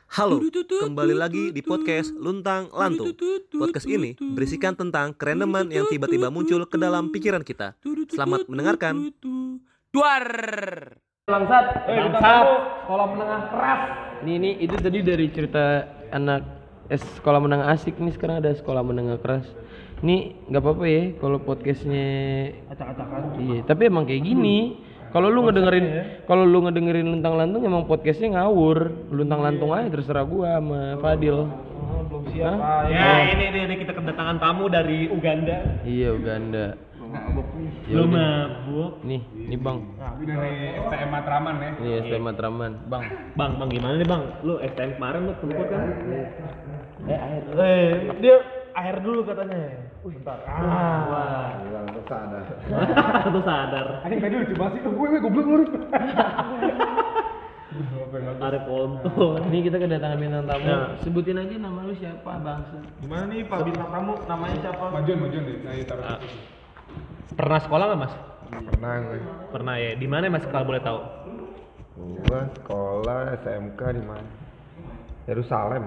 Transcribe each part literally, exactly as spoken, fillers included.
Halo, kembali lagi di podcast Luntang Lantung. Podcast ini berisikan tentang kerendeman yang tiba-tiba muncul ke dalam pikiran kita. Selamat mendengarkan. Duar. Bangsat, Eh, bangsat. sekolah menengah keras. Nih, nih itu tadi dari cerita anak S sekolah menengah asik, nih sekarang ada sekolah menengah keras. Nih nggak apa-apa ya kalau podcastnya Acak-acakan. iya, tapi emang kayak gini. Kalau lu ngedengerin, kalau lu ngedengerin Luntang Lantung emang podcastnya ngawur. Luntang Lantung aja terserah gua sama Fadil. Oh, belum siap. Hah? Ah, ya, ini, ini ini kita kedatangan tamu dari Uganda. Iya Uganda. Ya Belum udah. mabuk. Nih, nih bang. Dari S T M Matraman ya. Ini S T M Matraman. Bang. Bang, bang gimana nih bang? Lu S T M kemarin lu tempur kan? Eh air. Eh, dia air dulu katanya. Bentar. Ah, wah. Bilang tuh sadar. Tuh sadar. Anjing tadi lucu banget sih. Gue gue goblok lu. Arif Onto. Ini kita kedatangan bintang tamu. Ya. Sebutin aja nama lu siapa, Bang? Gimana nih Pak bintang tamu? Namanya siapa? Majon, majon deh. Nah, taruh. Ah. Pernah sekolah nggak mas? Pernah gue. Pernah ya. Di mana mas kalau boleh tahu? Gue sekolah S M K di mana? Yerusalem.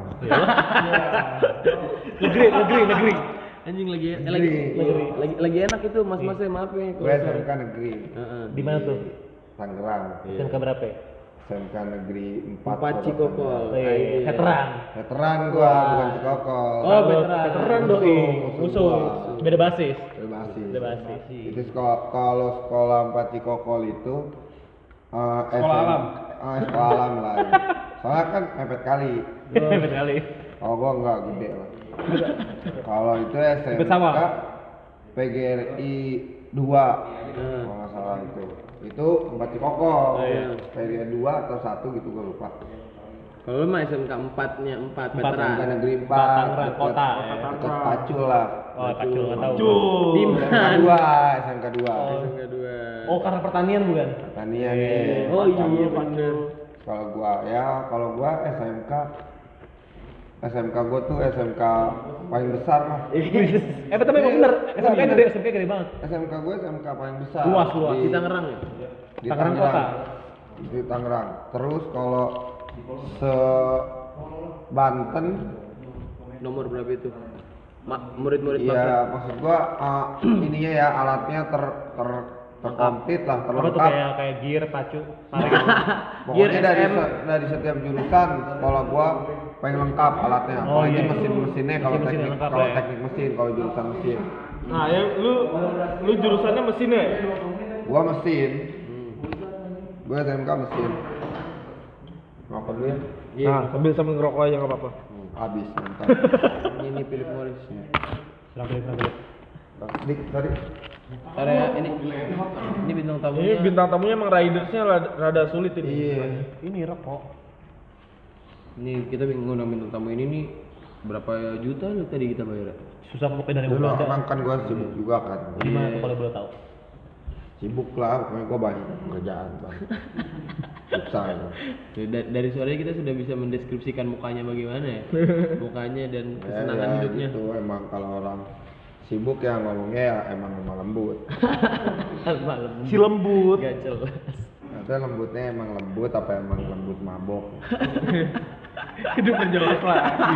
Negeri, negeri, negeri. Anjing lagi eh, lagi, lagi lagi lagi enak itu mas-masnya, maaf ya. Gue S M K negeri. Heeh. Di mana tuh? Tangerang. S M K berapa? ya? S M K negeri empat. Empat Cikokol. Eh, veteran. Veteran gua, bukan Cikokol. Oh, veteran. Veteran doi. Musuh. Beda basis. Berbasi. Beda basis. Itu sekolah, kalau sekolah empat Cikokol itu eh, Sekolah S M alam. Ah, sekolah alam lah. Ya. Soalnya kan mepet kali. Beda kali. Oh, gua enggak gede lah. Kalau itu S M Ikut K sama? P G R I dua kalau nggak salah itu. Itu empat Cikokol. Oh, iya. P G R I dua atau satu gitu gua lupa. Kalau lu mah S M K empat-nya empat Empat, S M K veteran. negeri Empat, empat. Tangerang kota, ya. Dekat Pacul lah. Oh, Pacul nggak tahu. Di S M K mana? dua, S M K dua. S M K dua. Oh, karena pertanian bukan? Pertanian nih. Oh iya bener. Kalau gua ya, kalau gua S M K S M K gua tuh S M K paling besar lah. Eh, betul memang bener. S M K gede, S M K gede banget. S M K gua S M K paling besar. Luas, luas. Di Tangerang ya? Di Tangerang kota. Di Tangerang. Terus kalau se Banten, Nomor berapa itu? Ma- murid-murid ya bangsa. maksud gua uh, ininya ya alatnya ter ter terkomplit lah, Apa tuh terlengkap. kayak kayak gear, pacu, tarik. Pokoknya Gear dari S M. se- dari setiap jurusan sekolah gua paling lengkap alatnya. Oh, Apalagi iya. mesin-mesinnya kalau Mesin-mesinnya teknik lengkap kalau lah ya. teknik mesin, kalau jurusan mesin. Nah, ya lu lu jurusannya mesin ya? Gua mesin. Gua S M K mesin. Rokok dulu ya. Iya. Nah, sambil sambil ngerokok aja enggak apa-apa. Habis nonton. Ini Philip Morris. Silakan, silakan. Dik, tadi. Ada ya, ini ini bintang tamunya. Ini bintang tamunya emang ridersnya rada, rada sulit ini. Iya. Ini rokok. Ini kita ngundang bintang tamu ini nih berapa juta lu tadi kita bayar? Susah pokoknya dari Dulu Uganda. emang kan gua sibuk juga kan. Gimana tuh kalau boleh tahu? Sibuk lah, pokoknya gua banyak kerjaan bang. Susah ya. Dari, dari suaranya kita sudah bisa mendeskripsikan mukanya bagaimana ya? Mukanya dan kesenangan ya, hidupnya. Gitu, emang kalau orang sibuk ya ngomongnya ya emang emang lembut. Malam. Si lembut. Gak jelas. Ada lembutnya emang lembut apa emang lembut mabok? Hidup menjelas lagi.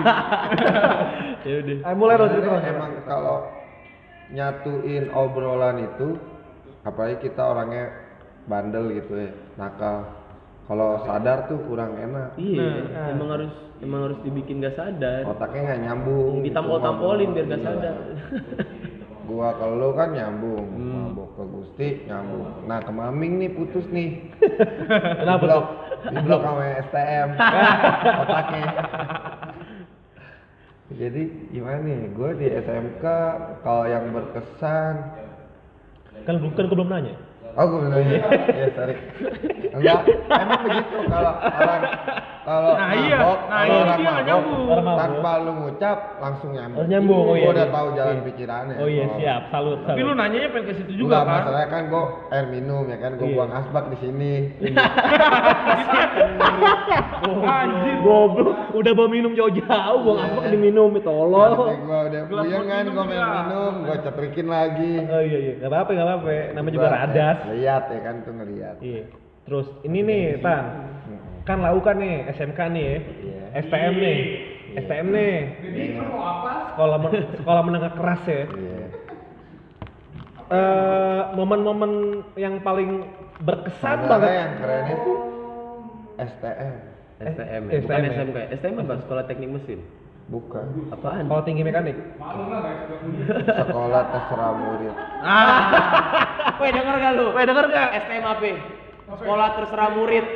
Ya udah. Ayo mulai dong Sebenarnya cerita. emang kalau nyatuin obrolan itu, apalagi kita orangnya bandel gitu ya, nakal. Kalau sadar tuh kurang enak. Iya, Nah. emang harus emang harus dibikin gak sadar. Otaknya nggak nyambung. Ditampol-tampolin biar gak Iya. sadar. Gua kalau lu kan nyambung, Hmm. mabok ke Gusti nyambung. Nah ke Maming nih putus nih. Kenapa Diblok, tuh? diblok sama S T M. Otaknya. Jadi gimana nih? Gue di S M K kalau yang berkesan. Kan belum kan gua belum nanya. Oh gue bilang ya, ya sorry. Enggak, emang begitu kalau orang kalau Nah, iya. mabok, Nah, kalau iya, orang dia nggak mabok, nyambung. Orang mabok. tanpa lu ngucap langsung nyambung. Harus nyambung, oh iya. Gue udah tahu jalan pikirannya. Oh iya, Kalau- siap. Salut, salut. Tapi lu nanyanya pengen ke situ juga Enggak, kan? masalahnya kan gue air minum ya kan, gue Iya. buang asbak di sini. Anjir. Goblok, udah bawa minum jauh-jauh, buang asbak diminum, itu tolol. Gue udah Gelas puyeng buat kan, minum gue main juga. minum, gue cetrikin lagi. Oh iya iya, enggak apa-apa, enggak apa-apa. Namanya juga Gua, radas. eh, Lihat ya kan tuh ngeliat. Iya. Terus ini nih, Tan. Mm-mm. kan lau kan nih S M K nih ya. Iya. S T M nih. S T M nih. Sekolah men- sekolah menengah keras ya. Iya. Eh, momen-momen yang paling berkesan Sebenarnya banget. yang kerennya sih S T M. S T M, Eh, ya? bukan S T M ya? S M K. S T M apa? Sekolah Teknik Mesin. Bukan. Apaan? Kalau tinggi mekanik. Sekolah terserah murid. Weh denger gak lu? Weh denger gak? S T M A P. Sekolah terserah murid.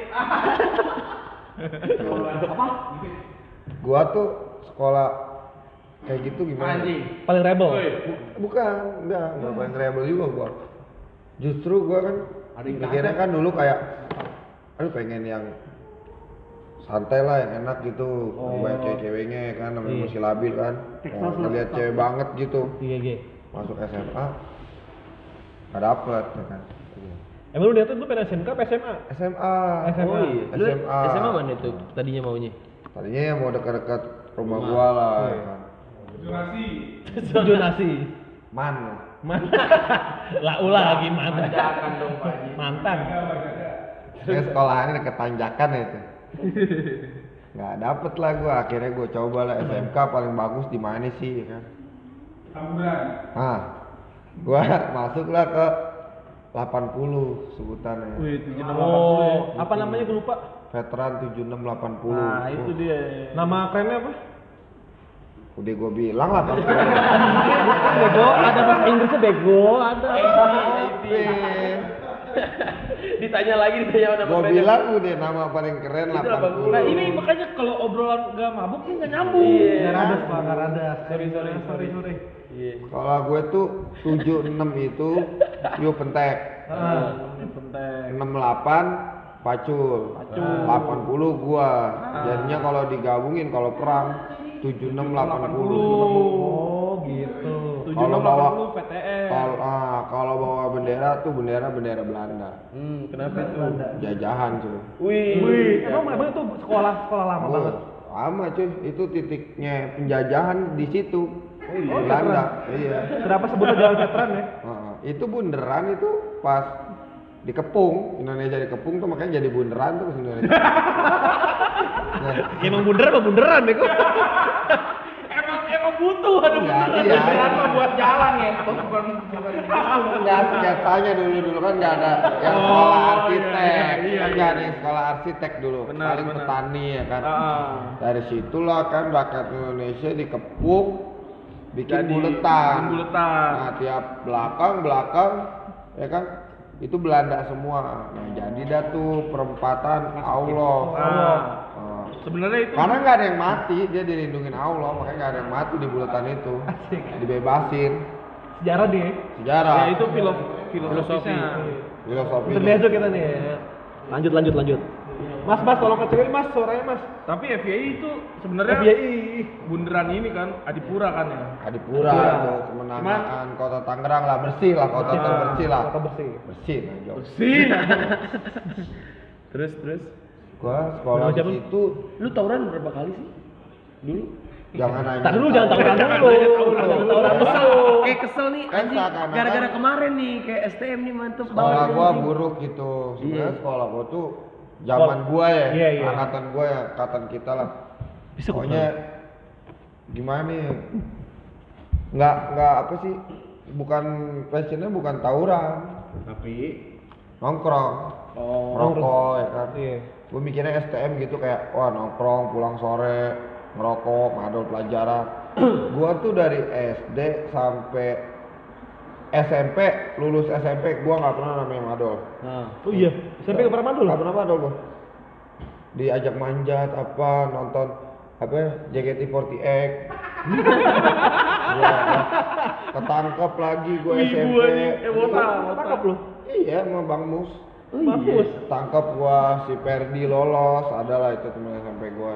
Gua tuh sekolah kayak gitu gimana? Paling rebel. Bukan, enggak, enggak paling rebel juga gua. Justru gua kan mikirnya kan dulu kayak aduh pengen yang santai lah, yang enak gitu. Banyak cewek-ceweknya kan, namanya masih labil kan. Mau ngeliat cewek banget gitu. Iya, iya. Masuk S M A nggak dapet ya kan. Emang lu lihat tuh pengen S M K apa S M A? S M A. S M A. Oh iya. Lu S M A. S M A mana itu tadinya maunya? Tadinya yang mau dekat-dekat rumah gua lah ya kan. Donasi. Man. Man. Lah ulah lagi mantan. Jangan dong Pak Haji. Mantan. Kayak sekolahannya deket tanjakan ya itu. Nggak dapet lah gua, akhirnya gua coba lah S M K paling bagus di mana sih ya kan. Tamburan. Ah, gua masuklah ke delapan puluh sebutannya. Oh, apa namanya gue lupa. Veteran tujuh enam delapan puluh. Nah, itu dia. Nama kerennya apa? Udah gua bilang lah pasti. Bego, ada bahasa Inggrisnya bego, ada. Ditanya lagi ditanya nama Gua kerennya. bilang udah nama paling keren delapan puluh. Nah, ini makanya kalau obrolan gak mabuk nih gak nyambung. Nggak ada, Pak, nggak ada. Sorry, sorry, sorry, sorry. Iya. Kalau gue tuh tujuh enam itu Yo Pentek. Ah, enam delapan Pacul. delapan puluh gua. Jadinya kalau digabungin kalau perang tujuh enam delapan puluh. oh gitu. Kalau bawa V T S. kalau ah, kalau bawa bendera tuh bendera bendera Belanda. Hmm, kenapa itu? Jajahan cuy. Wih. Wih, emang emang itu sekolah sekolah lama Oh, banget. lama cuy, itu titiknya penjajahan di situ. Belanda. Iya. Kenapa sebutnya jalan veteran ya? Heeh. Itu bunderan itu pas dikepung, Indonesia dikepung tuh makanya jadi bunderan tuh Indonesia. Nah, Emang bunderan apa bunderan bego? Emang emang butuh ada Enggak, iya. Kenapa buat jalan ya? Bukan bukan. enggak sketsanya dulu dulu kan enggak ada yang Oh, sekolah iya, arsitek, iya, kan iya. enggak ada yang sekolah arsitek dulu, Benar, paling benar. petani ya kan. Ah. Dari situlah kan rakyat Indonesia dikepung, bikin Jadi, buletan. bikin buletan. Nah tiap belakang belakang ya kan itu Belanda semua. Nah jadi dah tuh perempatan Allah. Ah. Nah, Sebenarnya itu karena nggak ada yang mati, dia dilindungin Allah, makanya nggak ada yang mati di buletan itu. Dibebasin. Sejarah deh. Sejarah. ya itu filof filosofisnya. Filosofi. Intermezzo kita nih. Lanjut lanjut lanjut. Mas mas tolong kecilin mas suaranya mas. Tapi F Y I itu sebenarnya F Y I. bundaran ini kan Adipura kan ya. Adipura tuh kemenangan Kota Tangerang lah, bersih lah kota terbersih lah. Kota bersih. Bersih nah, jauh. Sih. Terus terus. Gua sekolah di Nama siapa? situ Lu tawuran berapa kali sih? Dulu? jangan nanya. Tadi dulu jangan tawuran dulu. Jangan tawuran Kesel, dulu. kayak kesel nih Kan anjing. seakan-akan- Gara-gara kemarin nih kayak S T M nih mantep Sekolah banget. gua anjing. buruk gitu. Sebenarnya Iya. sekolah gua tuh zaman gua ya, Iya, iya. angkatan gua ya, angkatan kita lah. Bisa kok. Pokoknya gimana nih? Nggak nggak apa sih? Bukan passionnya bukan tawuran, Tapi nongkrong, oh ngerokok ya kan. Iya. Gue mikirnya S T M gitu kayak wah nongkrong pulang sore ngerokok ngadol pelajaran. Gua tuh dari S D sampai S M P lulus S M P gua nggak pernah namanya madol. Nah. Oh iya. Sampai ke pernah mandul. Nggak pernah madol gua. Diajak manjat apa nonton apa J K T empat delapan. Gua ketangkep lagi gua S M P. eh botak. Tangkap lu. Iya sama Bang Mus. Oh iya. Bagus. Tangkap gua si Perdi lolos, adalah itu temen S M P gua.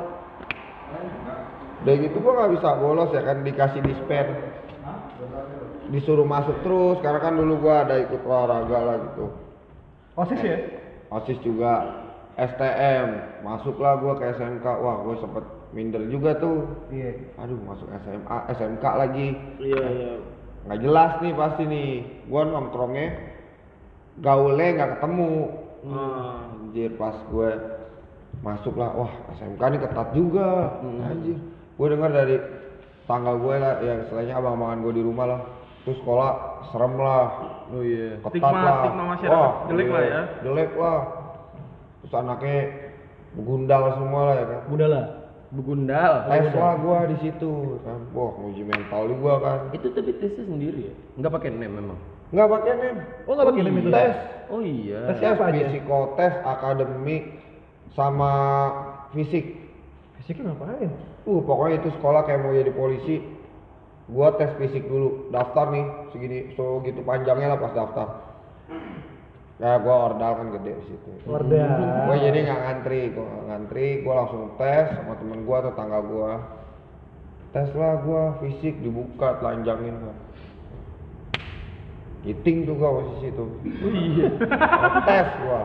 Udah gitu gua nggak bisa bolos ya kan dikasih dispen. Disuruh masuk terus karena kan dulu gua ada ikut olahraga lah gitu. OSIS ya? OSIS juga, S T M, masuklah gua ke S M K. Wah, gua sempet minder juga tuh. Iya. Aduh, masuk S M A, S M K lagi. Iya iya. Nggak jelas nih pasti nih. Gua nongkrongnya gaulnya nggak ketemu. Ah. Anjir pas gue Masuk lah, wah S M K ini ketat juga, anjir. Gue dengar dari tangga gue lah, ya istilahnya abang-abangan gue di rumah lah. Terus sekolah serem lah, Oh iya. ketat Stigma- lah. stigma masyarakat jelek lah ya. Jelek lah. Terus anaknya begundal semua lah ya kan. Udah lah. Begundal. Tes lah gue di situ kan, wah nguji mental di gue kan. Itu tapi tesnya sendiri ya? Enggak pakai nem memang. Nggak pakai nem, Oh nggak pakai nem itu? tes. Oh iya. Tesnya Tes apa aja? psikotes, akademik, sama fisik. Fisiknya ngapain? Uh, pokoknya itu sekolah kayak mau jadi polisi. Gua tes fisik dulu, daftar nih segini, so gitu panjangnya lah pas daftar. Ya gua ordal kan gede di situ. Wardah. Gua jadi nggak ngantri, gua nggak ngantri, gua langsung tes sama temen gua, tetangga gua. Tes lah gua fisik dibuka, telanjangin gua. Giting tuh gua posisi itu. Iya. Tes gua.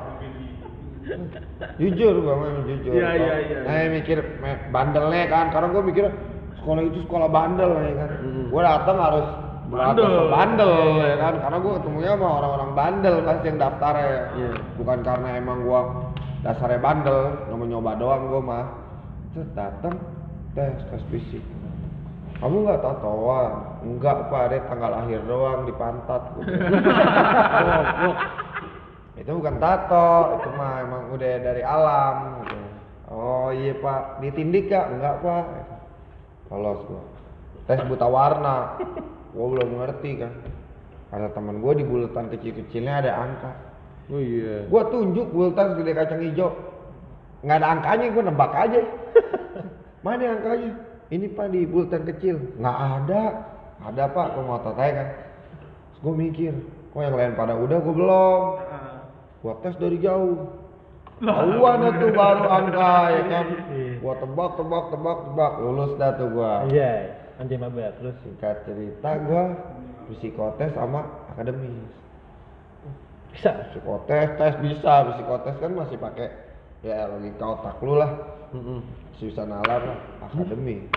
Jujur gua memang jujur. Iya, iya, iya. Nah, mikir me- bandelnya kan, karena gua mikir sekolah itu sekolah bandel ya kan. Gua datang harus Bandel. bandel, bandel ya kan, karena gua ketemunya sama orang-orang bandel pasti yang daftar ya. Iya. Bukan karena emang gua dasarnya bandel, nggak mau nyoba doang gua mah. Terus datang tes tes fisik. Kamu nggak tatoan? Enggak pak, ada tanggal lahir doang di pantat. Gua bilang. Itu bukan tato, itu mah emang udah dari alam gitu. Oh iya pak, ditindik kak? Enggak pak. Lolos gua. Tes buta warna, gua belum ngerti kan. Kata teman gua di bulatan kecil-kecilnya ada angka. Oh iya. Gua tunjuk bulatan segede kacang hijau, nggak ada angkanya, gua nebak aja. Mana angkanya? Ini pak di bulatan kecil. Nggak ada. Ada pak, gua mau tanya kan. Terus gua mikir, kok yang lain pada udah, gua belum. Gua tes dari jauh. Tahuan dah tuh baru angka ya kan. Gua tebak tebak tebak tebak, lulus dah tuh gua. Iya, anjay mabar. Terus Singkat cerita gua psikotes sama akademis. bisa. Psikotes tes bisa, psikotes kan masih pakai ya logika otak lu lah. Mm-mm. Masih bisa nalar lah. Akademi.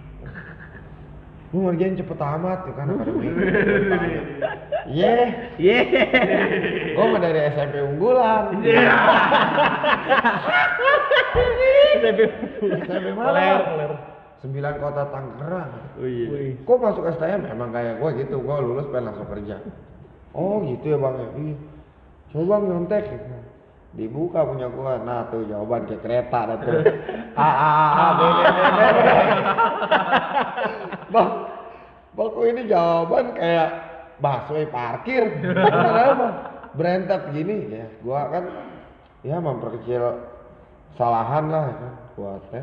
Lu ngerjain cepet amat tuh kan akademi. Iya. Iya. Gua mah dari S M P unggulan. S M P mana? Keler, keler. Sembilan kota Tangerang. Oh iya. Wih. Kok masuk S T M? Emang kayak gua gitu, gua lulus pengen langsung kerja. Oh gitu ya bang ya? Iya. Coba nyontek gitu. Dibuka punya gua, nah tuh jawaban kayak kereta dah tuh. A A A A B B B B. Bang, bang kok ini jawaban kayak busway parkir. Kenapa? Berentet gini ya. Gua kan ya memperkecil kesalahan lah ya kan. Gua teh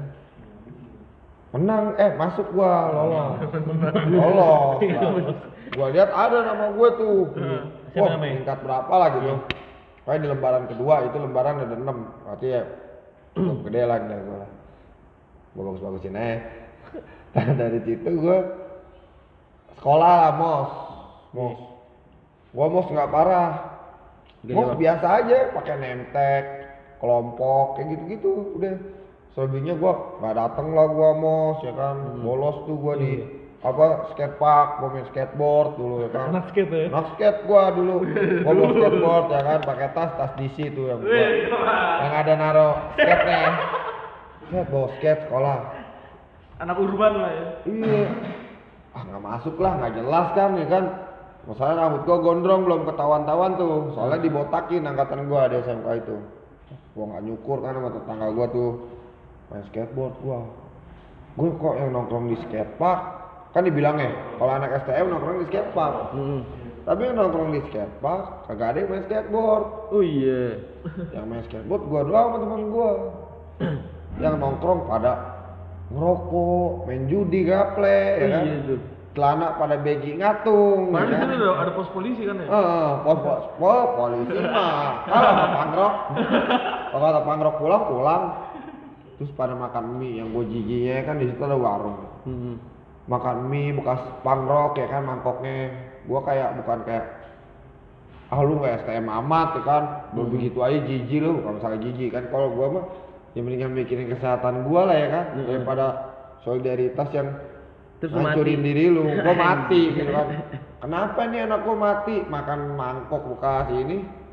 menang, eh masuk gua lolos. Lolos. Lah. Gua lihat ada nama gua tuh. Siapa Wah, namanya? tingkat berapa lah gitu. Kayak di lembaran kedua itu lembaran ada enam. Berarti ya cukup gede lah dari gua lah. Gua bagus-bagusin aja. Nah, dari situ gua sekolah lah mos. Mos. Gua mos nggak parah. Gede Mos banget. biasa aja, pakai nemtek, kelompok kayak gitu-gitu udah. Selebihnya gua nggak dateng lah gua mos ya kan. Bolos tuh gua di apa skatepark, gua main skateboard dulu ya kan. Anak skate ya. Anak skate gua dulu, gua bawa skateboard ya kan, pakai tas tas D C tuh yang gua, yang ada naro skate-nya. Skate bawa skate sekolah. Anak urban lah ya. Iya. Ah nggak masuk lah, nggak jelas kan ya kan. Masalah rambut gua gondrong belum ketahuan-tahuan tuh, soalnya dibotakin angkatan gua di S M K itu. Gua nggak nyukur kan sama tetangga gua tuh main skateboard gua. Gua kok yang nongkrong di skatepark, kan dibilangnya kalau anak S T M nongkrong di skatepark. Mm-mm. Tapi yang nongkrong di skatepark kagak ada yang main skateboard. Oh iya. Yang main skateboard gua doang sama teman gua. Yang nongkrong pada ngerokok, main judi gaple, ya Oh kan? iya tuh. Celana pada begi ngatung. Mana di ya kan? sini ada, ada pos polisi kan ya? Heeh, pos pos pos polisi mah. Kalau kata pangrok, kalau kata pangrok pulang pulang. Terus pada makan mie yang gue jijinya kan di situ ada warung. Mm-mm. Makan mie bekas pangrok ya kan mangkoknya. Gua kayak bukan kayak ah lu nggak S T M amat ya kan. Belum begitu aja jijik lu, kalau misalnya jijik kan. Kalau gua mah ya mendingan mikirin kesehatan gua lah ya kan daripada solidaritas yang Terus lu hancurin mati. diri lu. Gua mati gitu kan. Kenapa nih anak gua mati makan mangkok bekas ini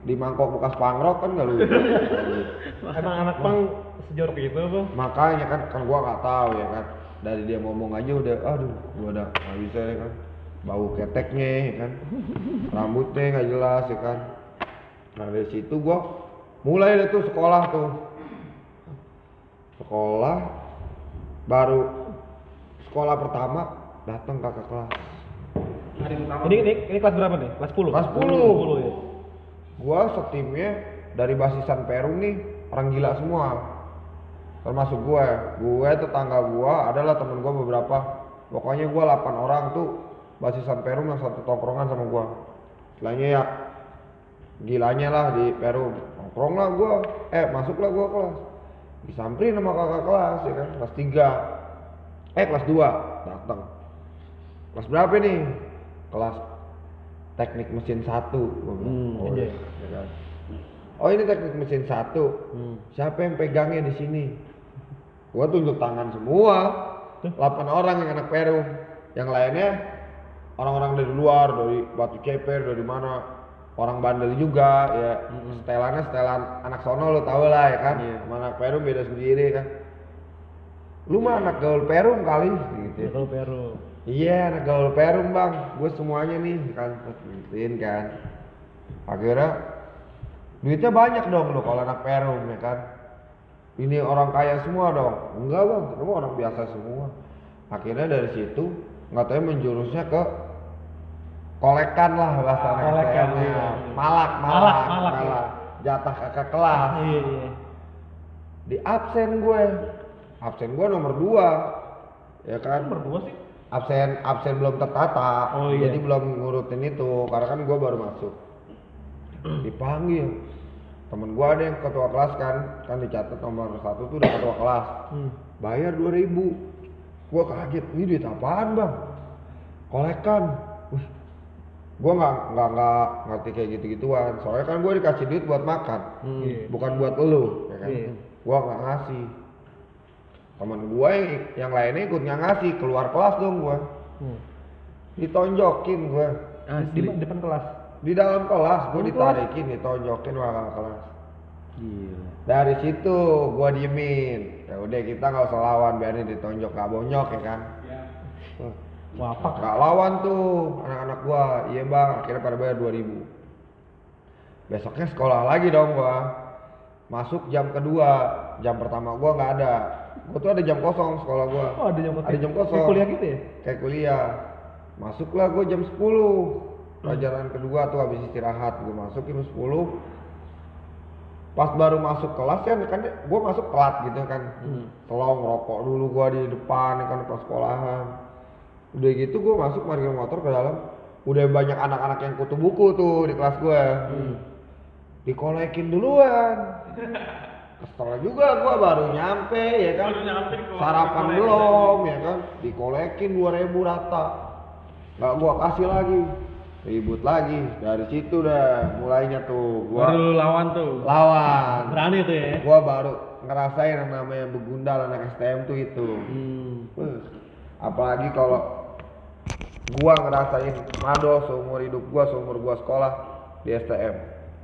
di mangkok bekas pangrok kan nggak lucu. Emang anak pang sejorok itu apa? Makanya kan kan gua nggak tahu ya kan. Dari dia ngomong aja udah, aduh, gua udah nggak bisa ya kan. Bau keteknya ya kan, rambutnya nggak jelas ya kan. Nah dari situ gua mulai deh tuh sekolah tuh. Sekolah baru sekolah pertama datang kakak kelas. Ini, ini ini kelas berapa nih? Kelas sepuluh. Kelas sepuluh. sepuluh ya. Gua setimnya dari basisan Perum nih orang gila semua. Termasuk gue. Gue tetangga gua adalah temen gua beberapa. Pokoknya gua delapan orang tuh basisan Perum yang satu tongkrongan sama gua. Selainnya ya gilanya lah di Perum. Nongkrong lah gua. Eh masuklah gua kelas. Disamperin sama kakak kelas ya kan. Kelas tiga. Eh kelas dua datang. Kelas berapa nih? Kelas teknik mesin satu. Gua bilang, Hmm, oh, iya. ya kan. Oh ini teknik mesin satu. Hmm. Siapa yang pegangnya di sini? Gua tunjuk tangan semua. delapan orang yang anak Perum. Yang lainnya orang-orang dari luar, dari Batu Ceper, dari mana? Orang bandel juga ya. Mm-hmm. Setelannya setelan anak sono lo tau lah ya kan. Iya. Sama anak Perum beda sendiri kan. Lu mah anak gaul Perum kali gitu. ya. Kalau Peru. Iya anak gaul Perum bang. Gue semuanya nih kan. Gituin kan. Akhirnya duitnya banyak dong lo kalau anak Perum ya kan. Ini orang kaya semua dong. Enggak bang, kita mah orang biasa semua. Akhirnya dari situ nggak tahu menjurusnya ke kolekan lah bahasa anak Kolekan, S T M-nya. iya. Malak, malak, Malak, malak, iya. Jatah kakak kelas. Iya iya. Di absen gue. Absen gue nomor dua. Ya kan? Nomor dua sih. Absen absen belum tertata. Oh, iya. Jadi belum ngurutin itu karena kan gue baru masuk. Dipanggil. Temen gue ada yang ketua kelas kan, kan dicatat nomor satu tuh udah ketua kelas. Hmm. Bayar dua ribu. Gue kaget, ini duit apaan bang? Kolekan. Wih, gue nggak nggak nggak ngerti kayak gitu-gituan. Soalnya kan gue dikasih duit buat makan, Hmm. bukan buat elu, ya kan? Iya. Gue nggak ngasih. Temen gue yang, yang lainnya ikut nggak ngasih, keluar kelas dong gue. Hmm. Ditonjokin gue. Di, di depan kelas. Di dalam kelas gue Dalam ditarikin, ditonjokin sama kakak kelas. Gila. Dari situ gue diemin. Ya udah kita nggak usah lawan, biarin ditonjok, gak bonyok ya kan. Wah, Wah apa? gak lawan tuh anak-anak gua. Iya bang, akhirnya pada bayar dua ribu. Besoknya sekolah lagi dong gua. Masuk jam kedua, jam pertama gua nggak ada. Gua tuh ada jam kosong sekolah gua. Oh ada jam kosong. Ada jam kosong. Kayak kuliah gitu ya? Kayak kuliah. Masuklah gua jam sepuluh. Pelajaran kedua tuh habis istirahat gua masuk jam sepuluh. Pas baru masuk kelas kan, kan gue masuk telat gitu kan, Hmm. tolong rokok dulu gue di depan kan pas sekolahan. Udah gitu gue masuk parkir motor ke dalam, udah banyak anak-anak yang kutu buku tuh di kelas gue, Hmm. dikolekin duluan. Kesel juga gue baru nyampe ya kan, Baru nyampe dikolekin. sarapan belum ya kan, dikolekin dua ribu rata, nggak gue kasih lagi. Ribut lagi, dari situ dah mulainya tuh gua Baru lawan tuh. lawan. Berani tuh ya? Gua baru ngerasain yang namanya begundal anak S T M tuh itu. Hmm. Wih, apalagi kalau gua ngerasain mado seumur hidup gua, seumur gua sekolah di S T M.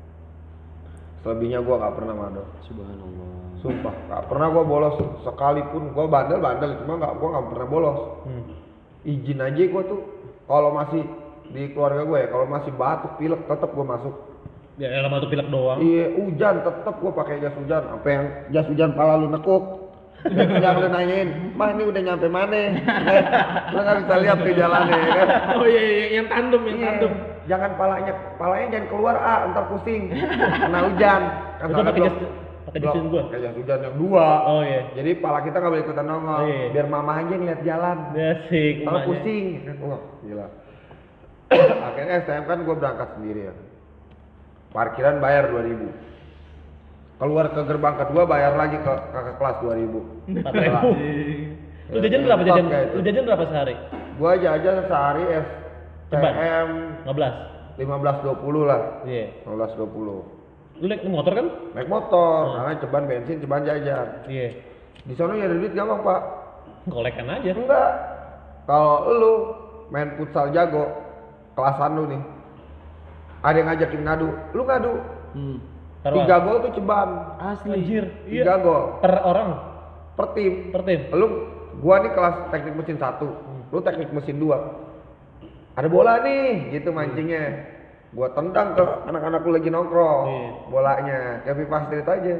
Selebihnya gua nggak pernah mado. Subhanallah. Sumpah, nggak pernah gua bolos sekalipun. Gua bandel-bandel, cuma nggak gua nggak pernah bolos. Hmm. Izin aja gua tuh kalau masih di keluarga gue ya, kalau masih batuk pilek tetap gue masuk. Ya elah batu pilek doang. Iya hujan tetap gue pakai jas hujan, apa yang jas hujan pala lu nekuk. Yang lu nanyain, mah ini udah nyampe mana? Eh, lu nggak bisa lihat ke jalannya ya kan? Oh iya, iya yang tandem, yang Iya, tandem. jangan palanya, palanya jangan keluar ah, ntar pusing. Kena hujan. Kan Itu soalnya pakai belum- jas- pakai jas belum- hujan gua? Pakai jas hujan yang dua. Oh iya. Jadi pala kita nggak boleh ikutan nongol, Oh, iya. biar mama aja ngeliat jalan. Asik. Kalau emaknya. pusing, wah gila. Akhirnya S T M kan gue berangkat sendiri ya. Parkiran bayar dua ribu. Keluar ke gerbang kedua bayar lagi ke kakak kelas dua ribu. Empat ribu. Lu jajan berapa jajan? Lu jajan berapa sehari? Gua jajan sehari S T Ceban? M lima belas. lima belas dua puluh lah. Iya. lima belas dua puluh. Lu naik motor kan? Naik motor, karena ceban bensin, ceban jajan. Iya. Di sana nyari duit gampang, Pak. Kolekan aja. Enggak. Kalau lu main futsal jago, kelasan lu nih. Ada yang ngajakin ngadu, lu ngadu. Hmm. Tiga gol tuh ceban. Asli. Anjir. Tiga Iya. gol Per orang, per tim. per tim. Lu, gua nih kelas teknik mesin satu, lu teknik mesin dua. Ada bola nih, gitu mancingnya. Gua tendang ke anak-anak lu lagi nongkrong, Iya. bolanya kayak FIFA Street aja.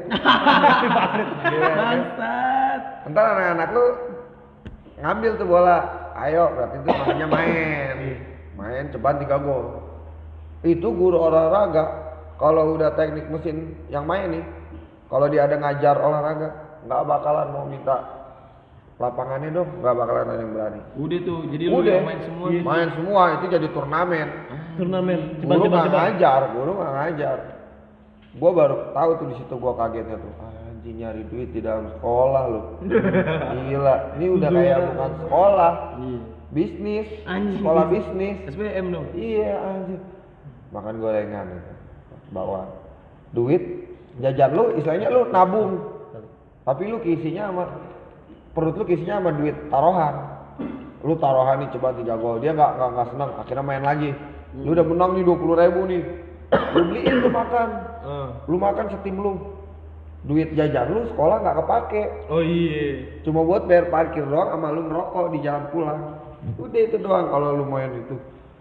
Gila, kan? Bangsat. Ntar anak-anak lu ngambil tuh bola, ayo berarti itu namanya main, main ceban tiga gol. Itu guru olahraga. Kalau udah teknik mesin yang main nih, kalau dia ada ngajar olahraga, nggak bakalan mau minta lapangannya dong, nggak bakalan ada yang berani. Udah tuh, jadi lu Udah yang main semua. main semua itu jadi turnamen. Turnamen. Ceban, Guru ceban, nggak ceban. ngajar, guru nggak ngajar. Gua baru tahu tuh di situ gua kagetnya tuh, anjing nyari duit di dalam sekolah loh. Gila, ini udah kayak bukan sekolah, Iya. bisnis, Anjing, sekolah bisnis. bisnis. S B M dong. Iya anjir. Makan gorengan itu. Bawa duit jajan lu istilahnya lu nabung. Tapi lu keisinya sama perut lu keisinya sama duit taruhan. Lu taruhan nih coba tiga gol, dia nggak nggak nggak senang, akhirnya main lagi. Lu udah menang nih dua puluh ribu nih. Lu beliin lu makan. Lu makan setim lu. Duit jajan lu sekolah nggak kepake. Oh iya. Cuma buat bayar parkir doang sama lu ngerokok di jalan pulang. Udah itu doang kalau lu main itu.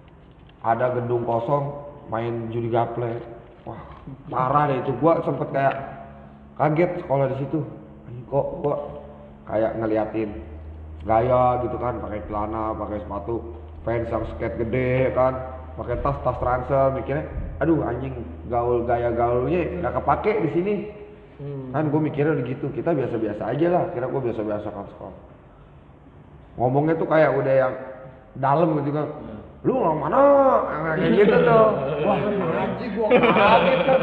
Ada gedung kosong, main judi gaple. Wah, parah deh itu. Gua sempet kayak kaget sekolah di situ. Anjing, kok gua kayak ngeliatin gaya gitu kan, pakai celana, pakai sepatu fans yang skate gede kan, pakai tas tas ransel, mikirnya aduh anjing gaul gaya gaulnya nggak kepake di sini. Hmm. Kan gue mikirnya udah gitu, kita biasa-biasa aja lah, kira gue biasa-biasa kan sekolah. Ngomongnya tuh kayak udah yang dalam gitu kan. Lu orang mana? Kayak gitu tuh. Wah, anjing gua kaget kan.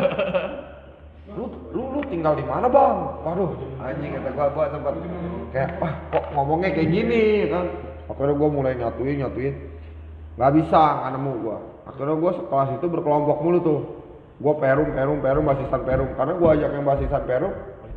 Lu lu lu tinggal di mana, Bang? Waduh, anjing kata gua gua sempat kayak wah, kok ngomongnya kayak gini kan. Akhirnya gua mulai nyatuin, nyatuin. Nggak bisa, nggak nemu gua. Akhirnya gua sekelas itu berkelompok mulu tuh. Gua perum, perum, perum, basisan perum. Karena gua ajak yang basisan perum,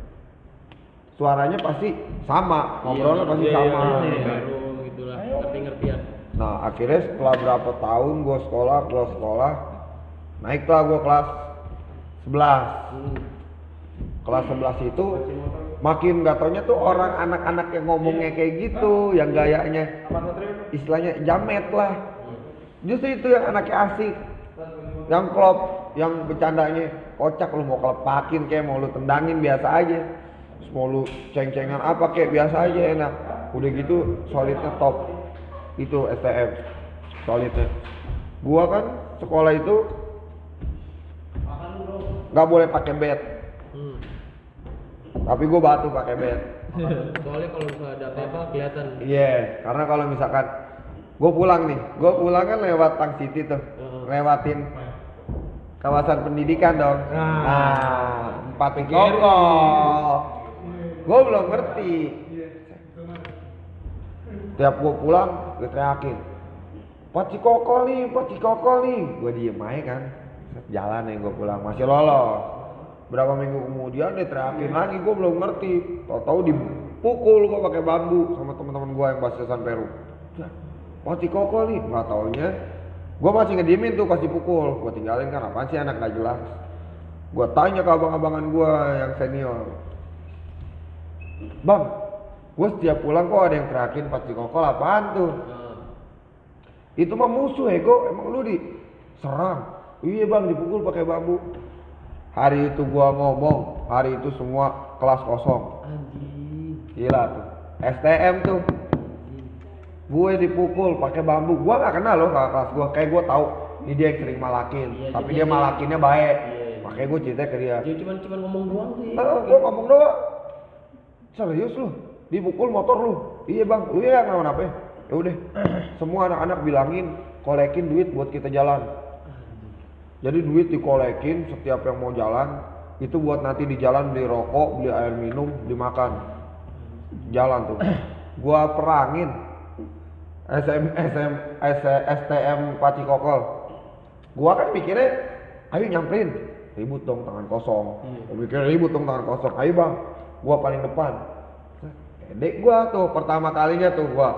suaranya pasti sama, ngobrolnya pasti Iya, sama. iya, iya, baru gitulah, ngerti-ngertian. Nah akhirnya setelah berapa tahun gue sekolah, gue sekolah, naiklah gue kelas sebelas. Hmm. Kelas sebelas itu makin gak taunya tuh orang anak-anak yang ngomongnya kayak gitu, yang gayanya istilahnya jamet lah. Justru itu yang anaknya asik, yang klop, yang bercandanya kocak, lu mau kelepakin kayak mau lu tendangin biasa aja. Terus mau lu ceng-cengan apa kayak biasa aja enak. Udah gitu solidnya top. Itu S T M solidnya. Gua kan sekolah itu nggak boleh pakai bed, Hmm. tapi gua batu pakai bed. Soalnya kalau misalnya ada apa-apa kelihatan. Iya, yeah, karena kalau misalkan gua pulang nih, gua pulang kan lewat Tang City tuh, lewatin kawasan pendidikan dong. Nah, empat kokoh. Gua belum ngerti. Tiap gua pulang, gue teriakin, Pak Cikokol nih, Pak Cikokol nih. Gue diem aja kan, jalan nih gue pulang, masih lolos. Berapa minggu kemudian dia teriakin lagi, gue belum ngerti. Tahu-tahu dipukul gue pakai bambu sama teman-teman gue yang basisan Peru. Pak Cikokol nih, nggak taunya. Gue masih ngediemin tuh pas dipukul, gue tinggalin kan, apaan sih anak nggak jelas. Gue tanya ke abang-abangan gue yang senior, Bang, gue setiap pulang kok ada yang teriakin Pak Cikokol, apaan tuh? Hmm. Itu mah musuh ego, emang lu diserang? Iya bang, dipukul pakai bambu. Hari itu gua ngomong, hari itu semua kelas kosong. Anjing. Gila tuh, S T M tuh. Gue dipukul pakai bambu, gua nggak kenal loh kakak kelas gua, kayak gua tahu ini dia yang sering malakin, Iya, tapi jadi dia dia- malakinnya baik. Iya, iya. Makanya gue cerita ke dia. Dia cuma cuma ngomong doang tuh ya. Ah, gua ngomong doang. Serius lu? Dipukul motor lu? Iya bang, lu ya kenapa apa? Ya udah, semua anak-anak bilangin kolekin duit buat kita jalan. Jadi duit dikolekin setiap yang mau jalan, itu buat nanti di jalan beli rokok, beli air minum, dimakan. Jalan tuh. Gua perangin S M S M S S T M Pak Cikokol. Gua kan mikirnya, ayo nyamperin, ribut dong tangan kosong. Gua mikir ribut dong tangan kosong. Ayo bang, gua paling depan. Dek gua tuh pertama kalinya tuh gua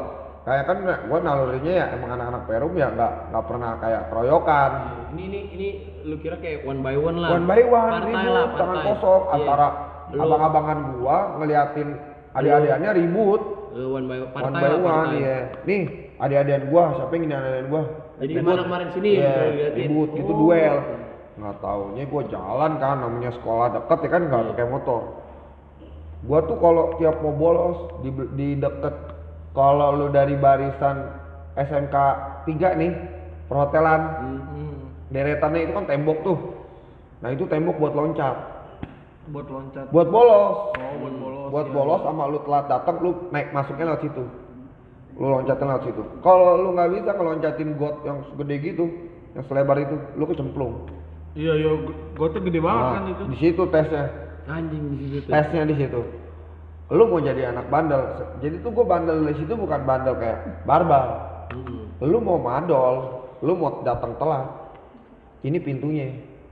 kayak kan gua nalurinya ya emang anak-anak Perum ya nggak nggak pernah kayak keroyokan. Ini ini ini lu kira kayak one by one lah. One by one, Partai ribut, lah, tangan partai. kosong Iya. antara Lu- abang-abangan gua ngeliatin adik-adikannya ribut. Eh, one by partai One by lah, one, partai. ya. Nih, adik-adikan gua, siapa yang ini adik-adikan gua? Jadi Ribut. kemana kemarin sini Iya, gitu diliatin. ribut, itu Oh. duel. Nggak taunya gua jalan kan, namanya sekolah deket ya kan nggak Iya. pakai motor. Gua tuh kalau tiap mau bolos di, di deket, kalau lu dari barisan S M K tiga nih, perhotelan, Hmm. deretannya itu kan tembok tuh. Nah itu tembok buat loncat, Buat loncat. buat bolos. Oh, buat bolos. buat ya. bolos sama lu telat datang lu naik masuknya lewat situ, lu loncatin lewat situ. Kalau lu nggak bisa ngeloncatin got yang segede gitu, yang selebar itu, lu kecemplung. Iya, iya, gua tuh gede banget Nah, kan itu. di situ tesnya, Anjing di situ tuh. tesnya di situ. Lu mau jadi anak bandel, jadi tuh gua bandel di situ bukan bandel kayak barbal. Hmm. Lu mau madol, lu mau datang telat, ini pintunya.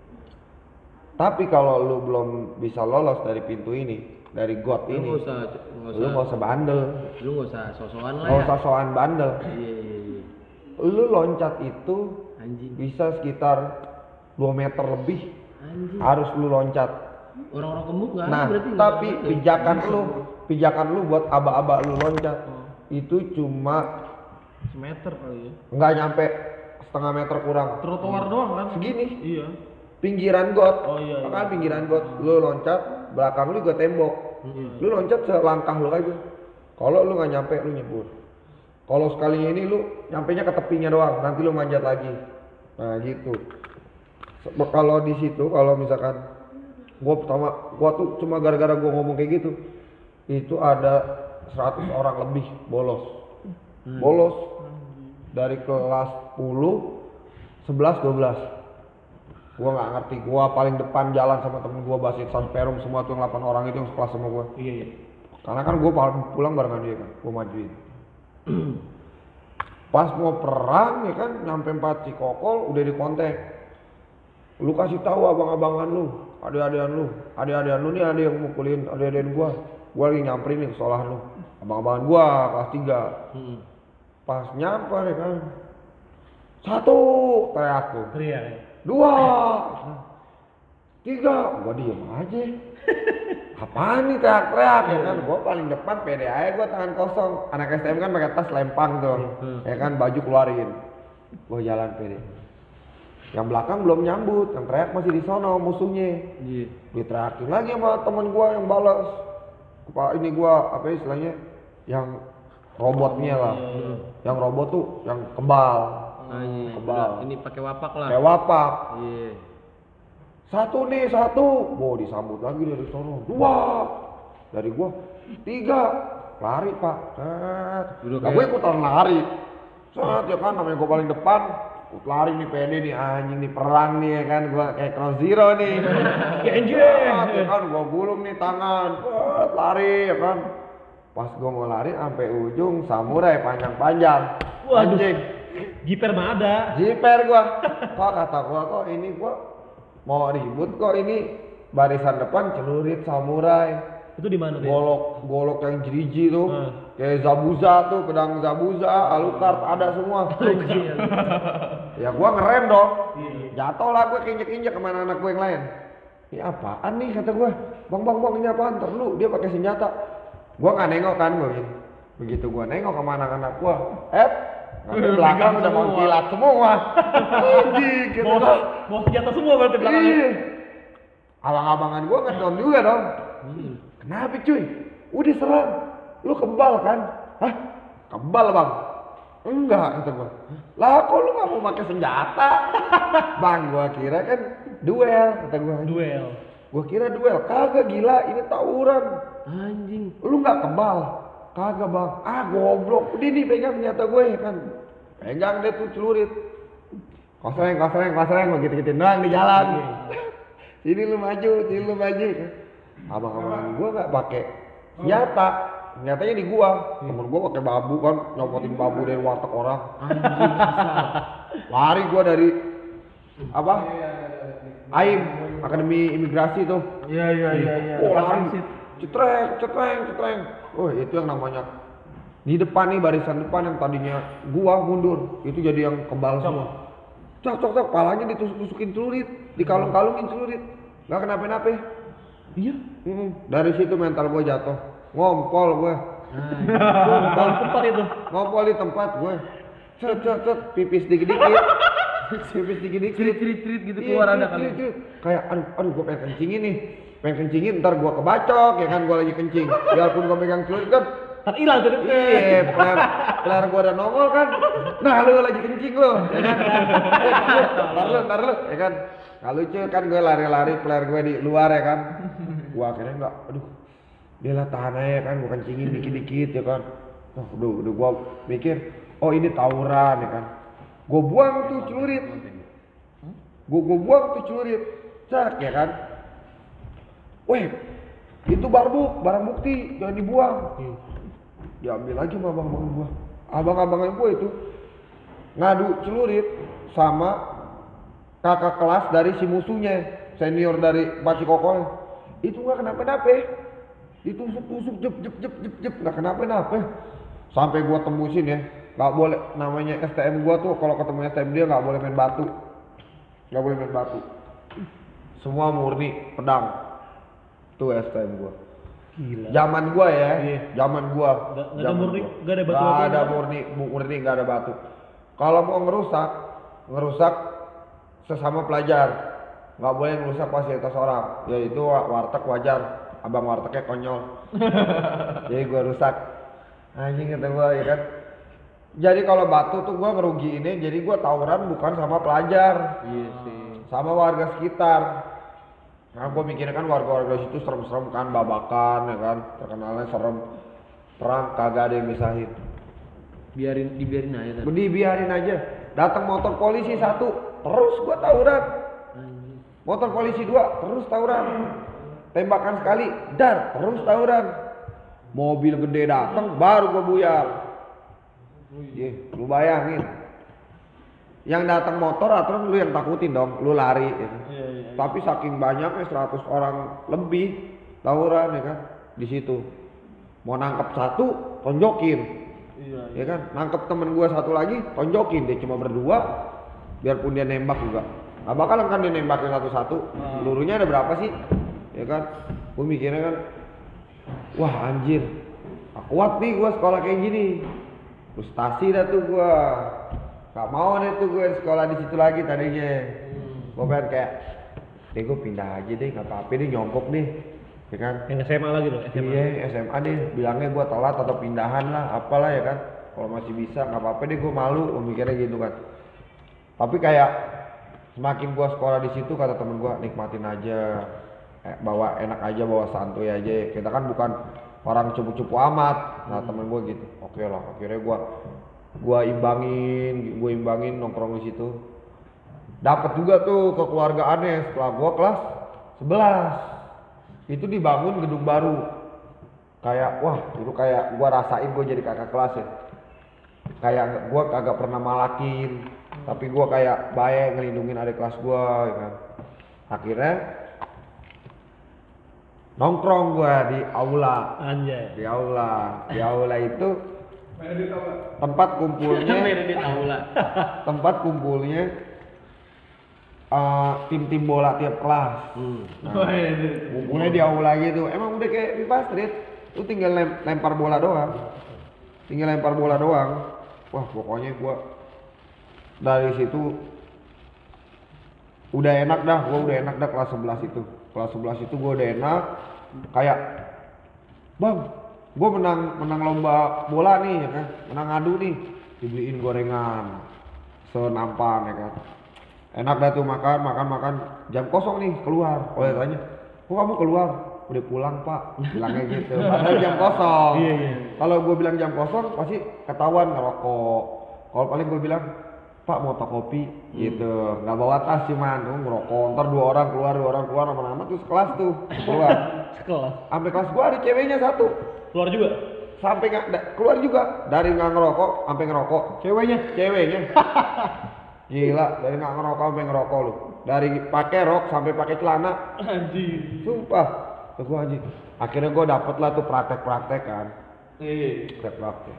Tapi kalau lu belum bisa lolos dari pintu ini, dari got Lu ini, nggak usah nggak lu usah nggak usah bandel, lu nggak usah sosokan lah nggak ya. usah soan bandel. Iya iya iya. Lu loncat itu Anjing. bisa sekitar dua meter lebih, Anjing. harus lu loncat. Orang-orang gemuk nggak ada Nah, berarti nggak tapi ada. pijakan lu, pijakan lu buat aba-aba lu loncat itu cuma Semeter kali ya. nggak nyampe setengah meter kurang. Trotoar doang kan? Segini, Iya. pinggiran got. Oh, iya, iya. Makanya pinggiran got, lu loncat, belakang lu juga tembok. Lu loncat selangkah lu aja. Kalau lu nggak nyampe, lu nyebur. Kalau sekali ini lu nyampenya ke tepinya doang, nanti lu manjat lagi. Nah gitu. Se- Kalau di situ, kalau misalkan gua pertama, gua tuh cuma gara-gara gua ngomong kayak gitu, itu ada seratus orang lebih bolos. Bolos dari kelas sepuluh, sebelas, dua belas. Gua nggak ngerti, gua paling depan jalan sama temen gua basit sampai Perum semua tuh yang delapan orang itu yang sekelas sama gua. Iya, iya. Karena kan gua pal- pulang barengan dia kan, gua majuin. Pas mau perang ya kan, nyampe empat Cikokol udah dikontek. Lu kasih tahu abang-abangan lu, adik-adikan lu, adik-adikan lu nih ada yang mukulin adik-adikan gua. Gua lagi nyamperin nih ke sekolahan lu. Abang-abangan gua kelas tiga. Hmm. Pas nyampe ya kan, satu teriak tuh. Teriak ya. Dua, tiga, gua diem aja. Apaan nih teriak-teriak ya kan? Gua paling depan pede aja, gua tangan kosong. Anak S M kan pakai tas lempang tuh, ya kan baju keluarin. Gua jalan pede. Yang belakang belum nyambut, yang teriak masih di sono musuhnya. Iya. Diteriakin lagi sama temen gua yang balas. Pak ini gua apa istilahnya? Yang robotnya lah. Yang robot tuh yang kebal. Anjing. Kebal. Ini pakai wapak lah. Kayak wapak. Iya. Satu nih, satu. Wow, disambut lagi dari sono. Dua. Dari gua. Tiga. Lari, Pak. Set. Udah Nah, kayak- gua ikutan lari. Set, ya kan namanya gua paling depan. Gua lari nih pede nih anjing nih perang nih ya kan. Gua kayak Cross Zero nih. Set, ya kan gua gulung nih tangan. Set, lari ya kan. Pas gua mau lari sampai ujung samurai panjang-panjang. Waduh. Anjing. Jiper mah ada. Jiper gua. Kok kata gua kok ini gua mau ribut kok ini barisan depan celurit samurai. Itu di mana deh? Golok golok yang jeriji tuh. Hmm. Kayak Zabuza tuh, pedang Zabuza, Alucard ada semua. Ya gua ngerem dong. Jatuh lah gua keinjek-injek kemana anak gua yang lain. Ini apaan nih kata gua. Bang bang bang ini apaan? Ntar lu dia pakai senjata. Gua nggak nengok kan gua gini. Begitu gua nengok ke anak-anak gua, eh, nanti belakang udah mau kilat semua. Anjing gitu. Bawa, bawa senjata semua berarti belakangnya. Iya. Abang-abangan gua ngedown juga dong. Hmm. Kenapa cuy? Udah serang. Lu kebal kan? Hah? Kebal bang? Enggak kata gua. Lah kok lu gak mau pakai senjata? Bang gua kira kan duel kata gua. Duel. Gua kira duel. Kagak gila ini tawuran. Anjing. Lu nggak kebal? Kagak bang. Ah goblok. Udah nih pegang senjata gue ya kan. Pegang deh tuh celurit. Kosreng kosreng kosreng begitu gitu doang di jalan. Sini lu maju, sini lu maju. Abang-abangan gua nggak pakai senjata. Senjatanya di gua. Temen gua pakai babu kan, nyopotin babu dari warteg orang. Anjing asal. Lari gua dari apa? A I M, Akademi Imigrasi tuh. Iya, iya, iya, iya. Oh lari, cetreng, cetreng, cetreng. Oh itu yang namanya Di depan nih barisan depan yang tadinya gua mundur, itu jadi yang kebal semua. Cok cok cok, palanya ditusuk-tusukin celurit, dikalung-kalungin celurit. Gak kenapa-napa. Iya. Hmm, dari situ mental gua jatuh. Ngompol gua. Sumpah tempat itu. Ngompol di tempat gue. Cet cet cet pipis dikit-dikit. Pipis dikit-dikit. Cerit-cerit gitu Iya, keluar ada cerit, kali. cerit, cerit. Kayak aduh aduh gue pengen kencingin nih. Pengen kencingin ntar gue kebacok ya kan, gue lagi kencing. Biarpun gue megang celurit kan. Ntar hilang tuh. Iya, peler peler gue udah nongol kan. Nah lu lagi kencing lu, ya kan. Ntar lu, ntar lu, ya kan. Gak lucu kan gue lari-lari peler gue di luar ya kan. Gue akhirnya enggak, aduh. Dia lah tahan aja kan, gue kencingin dikit-dikit ya kan. Oh, udah, udah gue mikir, oh ini tawuran ya kan. Gue buang tuh celurit. Gue gue buang tuh celurit. Cak ya kan. Weh, itu barbuk, barang bukti, jangan dibuang. Diambil lagi sama abang-abang gue. Abang-abangan gue itu ngadu celurit sama kakak kelas dari si musuhnya, senior dari Baci Kokol. Itu nggak kenapa-napa. Ditusuk-tusuk jep jep jep jep jep nggak kenapa-napa. Sampai gua tembusin ya, nggak boleh, namanya S T M gua tuh kalau ketemu S T M dia nggak boleh main batu, nggak boleh main batu, semua murni pedang, tuh S T M gua. Gila. Zaman gua ya, Iya. zaman gua, Nggak- nggak ada zaman murni, gua. nggak ada batu Nggak apa ada apa. murni, bu- murni nggak ada batu. Kalau mau ngerusak, ngerusak sesama pelajar, nggak boleh ngerusak fasilitas orang, yaitu wa- warteg wajar, abang wartegnya konyol. Jadi gua rusak. Anjing kata gua ya kan. Jadi kalau batu tuh gua ngerugiinnya, jadi gua tawuran bukan sama pelajar. Iya sih. Sama warga sekitar. Karena gua mikirnya kan warga-warga situ serem-serem kan, babakan ya kan, terkenalnya serem. Perang kagak ada yang misahin. Biarin dibiarin aja tadi. Bedi biarin aja. Datang motor polisi satu, terus gua tawuran. Motor polisi dua, terus tawuran. Tembakan sekali, dar, terus tawuran. Mobil gede datang, baru gua buyar. Iya, lu bayangin. Yang datang motor, aturan lu yang takutin dong, lu lari. Ya. Tapi saking banyaknya seratus orang lebih tawuran ya kan di situ. Mau nangkep satu, tonjokin. Iya. Ya kan, nangkep temen gua satu lagi, tonjokin. Dia cuma berdua, biarpun dia nembak juga. Gak bakalan kan dia nembakin satu-satu. Pelurunya ada berapa sih? Ya kan, gua mikirnya kan, wah anjir, gak kuat nih gua sekolah kayak gini. Frustasi dah tuh gua. Gak mau deh tuh gua sekolah di situ lagi tadinya. Gua pengen kayak, deh gua pindah aja deh, gak apa-apa deh, nyogok deh. Ya kan? Yang S M A lagi loh, S M A. Iya, S M A deh, bilangnya gua telat atau pindahan lah, apalah ya kan. Kalau masih bisa, nggak apa-apa deh, gua malu, gua mikirnya gitu kan. Tapi kayak semakin gua sekolah di situ, kata temen gua, nikmatin aja, eh, bawa enak aja, bawa santuy aja. Kita kan bukan orang cupu-cupu amat. Nah temen gua gitu, oke lah. Akhirnya gua gua imbangin, gua imbangin nongkrong di situ. Dapat juga tuh kekeluargaannya setelah gua kelas sebelas. Itu dibangun gedung baru. Kayak wah, itu kayak gua rasain gua jadi kakak kelas ya. Kayak gua kagak pernah malakin, tapi gua kayak baik ngelindungin adik kelas gua ya kan. Akhirnya nongkrong gua di aula. Anjay. Di aula. Di aula itu tempat kumpulnya Meredit aula. tempat kumpulnya uh, tim-tim bola tiap kelas. Nah, kumpulnya di aula gitu. Emang udah kayak FIFA Street. Lu tinggal lem- lempar bola doang. Tinggal lempar bola doang. Wah, pokoknya gua dari situ udah enak dah, gua udah enak dah kelas sebelas itu. Kelas sebelas itu gua udah enak. Kayak Bang, gua menang menang lomba bola nih ya kan. Menang adu nih. Dibeliin gorengan. Senampan ya kan. Enak dah tuh makan, makan, makan. Jam kosong nih keluar. Oh ya tanya, kok kamu keluar? Udah pulang pak, bilangnya gitu. Padahal jam kosong. Iya, iya. Kalau gue bilang jam kosong, pasti ketahuan ngerokok. Kalau paling gue bilang, pak mau kopi, gitu. Nggak bawa tas cuman, gue ngerokok. Ntar dua orang keluar, dua orang keluar, nama-nama tuh sekelas tuh keluar. Sekelas. Sampai kelas gue ada ceweknya satu. Keluar juga. Sampai nggak da- keluar juga dari nggak ngerokok sampai ngerokok. Ceweknya. Ceweknya. Gila, dari nggak ngerokok sampai ngerokok lu. Dari pakai rok sampai pakai celana. Anjir. Sumpah. Tuh gua anjing. Akhirnya gua dapet lah tuh praktek-praktek kan. Iya. Red Rocket.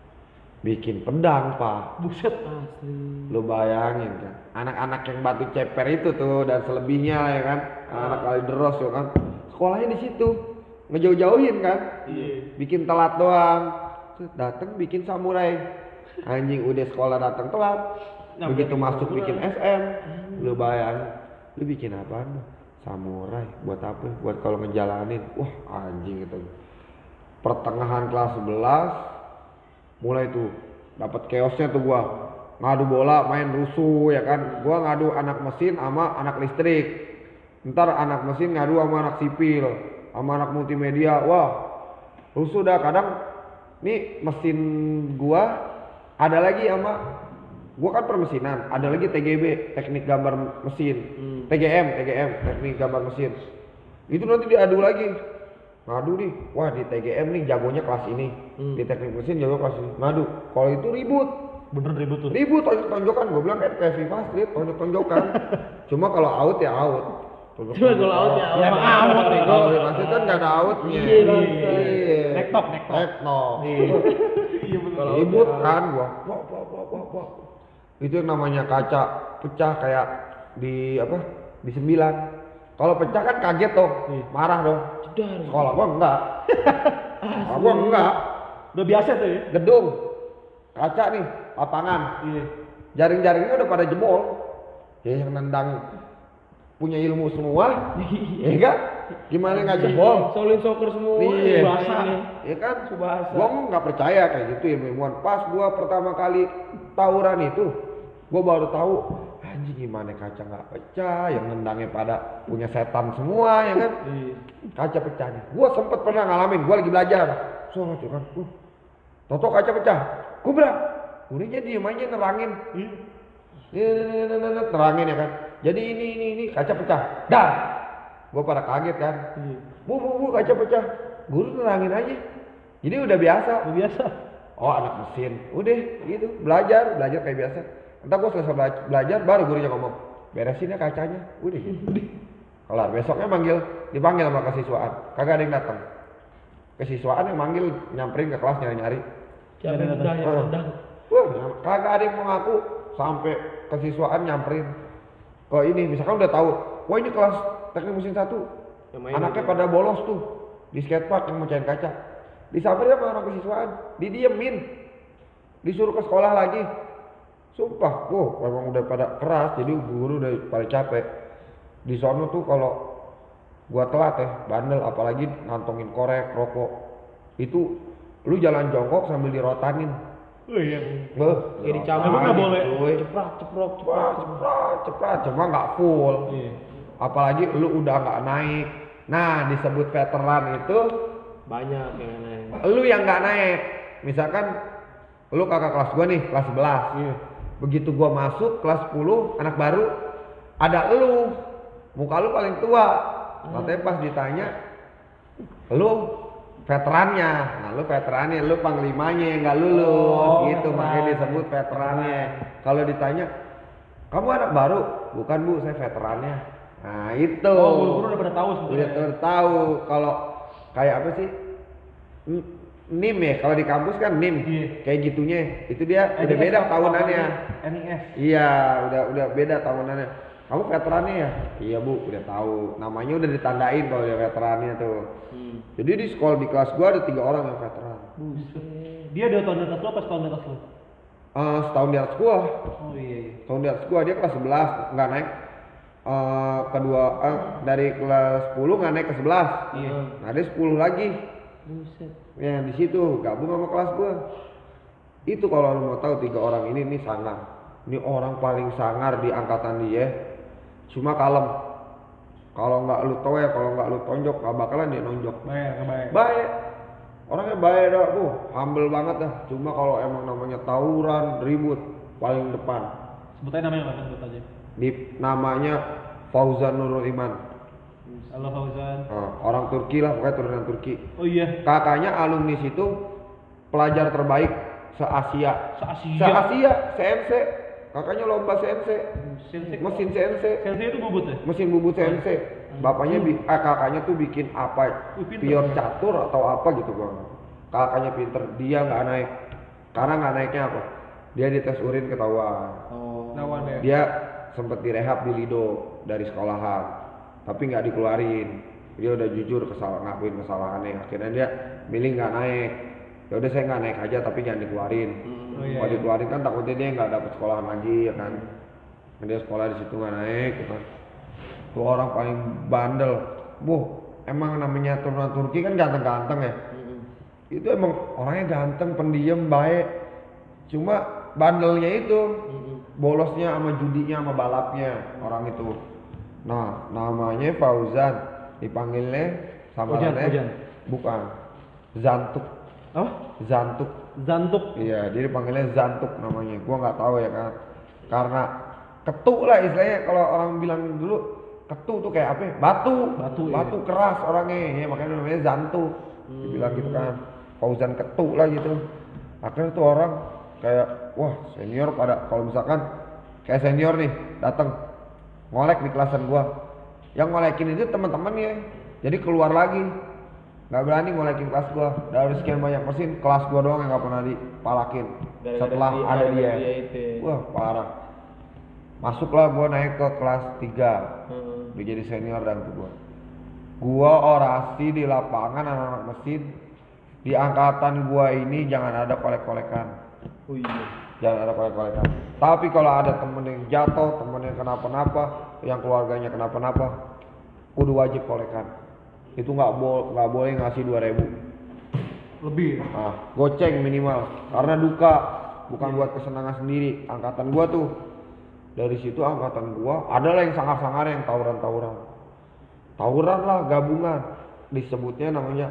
Bikin pedang, Pak. Buset. Asli. Lu bayangin kan. Anak-anak yang batu ceper itu tuh dan selebihnya ya kan. Anak Kalideros tuh kan. Sekolahnya di situ. Ngejauh-jauhin kan. Iya. Bikin telat doang. Terus dateng bikin samurai. Anjing udah sekolah datang telat. Nah, Begitu bikin masuk samurai. bikin S M. Lu bayangin. Lu bikin apaan? Samurai. Buat apa? Buat kalau ngejalanin. Wah, anjing gitu. Pertengahan kelas sebelas mulai tuh dapat chaosnya tuh gua ngadu bola main rusuh ya kan, gua ngadu anak mesin sama anak listrik, ntar anak mesin ngadu sama anak sipil sama anak multimedia, wah rusuh dah. Kadang nih mesin gua ada lagi sama gua kan permesinan, ada lagi T G B teknik gambar mesin, Hmm. T G M T G M teknik gambar mesin, itu nanti diadu lagi. Ngadu nih, wah di T G M nih jagonya kelas ini, Hmm. di teknik mesin jago kelas ini. Ngadu, kalau itu ribut, Bener ribut tuh. ribut tonjok-tonjokan. Gue bilang kayak kayak FIFA Street, tonjok-tonjokan. Cuma kalau out ya out. Cuma kalau out ya Ya, out. emang out. Kalau FIFA Street kan nggak ada outnya. Iya, bangsa. Iya. Nektok, nektok. Nektok. Iya bener. Kalau Ribut out ya kan gua. Wah, wah, wah, wah, wah. Itu yang namanya kaca pecah kayak di apa? Di sembilan. Kalau pecah kan kaget dong, marah dong. Jedar. Sekolah gua enggak. Sekolah gua enggak. Udah biasa tuh ya. Gedung, kaca nih, lapangan, Iya. jaring-jaringnya udah pada jebol. Ya yang nendang punya ilmu semua, ya kan? Gimana nggak jebol? Solin soccer semua. Iya. Subasa. Ya kan? Subasa. Gua mau nggak percaya kayak gitu ilmuwan. Pas gua pertama kali tawuran itu, gua baru tahu anjing gimana kaca nggak pecah, yang nendangnya pada punya setan semua, ya kan? Kaca pecah nih. Gua sempet pernah ngalamin, gua lagi belajar. So, kan, uh, toto kaca pecah. Gua bilang, kurinya diem aja nerangin. Iya, terangin ya kan. Jadi ini ini ini kaca pecah. Dah. Gua pada kaget kan. Bu bu bu kaca pecah. Guru nerangin aja. Jadi udah biasa. Udah biasa. Oh anak mesin. Udah gitu belajar belajar kayak biasa. Entar gua selesai bela- belajar baru gurunya ngomong beresin ya kacanya. Udah. Kelar. Besoknya manggil dipanggil sama kesiswaan. Kagak ada yang datang. Kesiswaan yang manggil nyamperin ke kelas nyari-nyari. Siapa yang udah yang Ah. undang? Wah, kagak ada yang mengaku sampai kesiswaan nyamperin ke ini. Misalkan udah tahu, wah ini kelas teknik mesin satu, Yang main anaknya aja. pada bolos tuh di skatepark yang mecahin kaca. Disamperin sama orang kesiswaan, didiemin, disuruh ke sekolah lagi. Sumpah, wah memang udah pada keras, jadi guru udah pada capek. Di sono tuh kalau gua telat ya, bandel, apalagi ngantongin korek, rokok, itu lu jalan jongkok sambil dirotanin. Oh iya. Beuh, Kayak dicambuk. Emang nggak boleh? cuy. Ceprak, ceprok, Wah, ceprok. ceprat, ceprat, cuma nggak full. Iya. Apalagi lu udah nggak naik. Nah, disebut veteran itu, Banyak yang aneh. lu yang nggak naik. Misalkan lu kakak kelas gua nih, kelas sebelas. Iya. Begitu gua masuk kelas sepuluh, anak baru, ada lu. Muka lu paling tua. Katanya pas ditanya, lu veterannya. Nah, lu veterannya, lu panglimanya yang nggak lulus Oh, gitu, veteran. makanya disebut veterannya. Kalau ditanya, kamu anak baru? Bukan bu, saya veterannya. Nah itu. Oh, guru-guru udah pada tahu Udah sebenarnya. udah tahu. Kalau kayak apa sih? N- N I M ya, kalau di kampus kan N I M. Iya. Kayak gitunya. Itu dia N I S udah beda apa- tahunannya. N I S. Iya, udah udah beda tahunannya. Kamu veterannya ya? Iya bu, udah tahu. Namanya udah ditandain kalau dia veterannya tuh. Hmm. Jadi di sekolah di kelas gua ada tiga orang yang veteran. Dia dua tahun di atas lu apa setahun di atas lu? Eh, setahun di atas gua, Oh iya iya. setahun di atas gua dia kelas sebelas nggak naik. Eh, kedua eh, dari kelas sepuluh nggak naik ke sebelas. Iya. Nah dia sepuluh lagi. Buset. Ya di situ gabung sama kelas gua. Itu kalau lu mau tahu tiga orang ini nih sangar. Ini orang paling sangar di angkatan dia. Cuma kalem. Kalau nggak lu toel, kalau nggak lu tonjok, nggak bakalan dia nonjok. Baik, nggak baik. Baik. Orangnya baik dah, bu, humble banget dah. Cuma kalau emang namanya tawuran, ribut, paling depan. Sebutannya namanya apa? Sebut aja. Di namanya Fauzan Nurul Iman. Halo Fauzan. Nah, orang Turki lah, pokoknya turunan Turki. Oh iya. Kakaknya alumni situ pelajar terbaik se-Asia. Se-Asia. Se-Asia, C N C. Kakaknya lomba C N C. Sensei. Mesin C N C. Sensei itu bubut ya? Mesin bubut C N C. Bapaknya bi- eh, kakaknya tuh bikin apa? Wih, pinter. Pion catur atau apa gitu gua. kakaknya pinter, dia nggak naik. Karena nggak naiknya apa? Dia dites urin ketahuan. Oh. Lawan ya. Dia sempat direhab di Lido dari sekolahan, tapi nggak dikeluarin. Dia udah jujur kesalahan, ngakuin kesalahannya. Akhirnya dia milih nggak naik. Ya udah saya nggak naik aja, tapi jangan dikeluarin. Hmm. Oh, iya, Kalau iya. dikeluarin kan takutnya dia nggak dapet sekolahan lagi ya kan. Dia sekolah di situ nggak naik, ya kan. Tuh orang paling bandel. Boh, emang namanya turunan Turki kan ganteng-ganteng ya. Mm-mm. Itu emang orangnya ganteng, pendiam, baik. Cuma bandelnya itu, Mm-mm. bolosnya sama judinya sama balapnya orang itu. Nah, namanya Fauzan, dipanggilnya sama Ojan, Ojan. bukan Zantuk, Oh, Zantuk. Zantuk. Iya, dia dipanggilnya Zantuk namanya. Gua nggak tahu ya kan. Karena ketuk lah istilahnya, kalau orang bilang dulu ketuk tuh kayak apa? ya? Batu. Batu, Batu keras orangnya. Ya makanya namanya Zantuk. Dibilang gitu kan. Fauzan ketuk lah gitu. Akhirnya tuh orang kayak wah, senior pada kalau misalkan kayak senior nih datang ngolek di kelasan gua. Yang ngolekin itu teman-temannya. Jadi keluar lagi. Nggak berani ngolekin kelas gua. Dari sekian banyak mesin, kelas gua doang yang nggak pernah dipalakin. Gara-gara Setelah dia- ada gara-gara dia. dia itu ya. Wah, parah. Masuklah gua naik ke kelas tiga. Hmm. Udah jadi senior dan tuh gua. Gua orasi di lapangan anak-anak mesin. Di angkatan gua ini jangan ada kolek-kolekan. Oh iya. Jangan ada kolek-kolekan. Tapi kalau ada temen yang jatuh, temen yang kenapa-napa, yang keluarganya kenapa-napa, kudu wajib kolekan. Itu nggak bo nggak boleh ngasih dua ribu. Lebih. Nah, goceng minimal. Karena duka, bukan buat kesenangan sendiri. Angkatan gua tuh, dari situ angkatan gua adalah yang sangar-sangar yang tawuran-tawuran. Tawuran lah, gabungan. Disebutnya namanya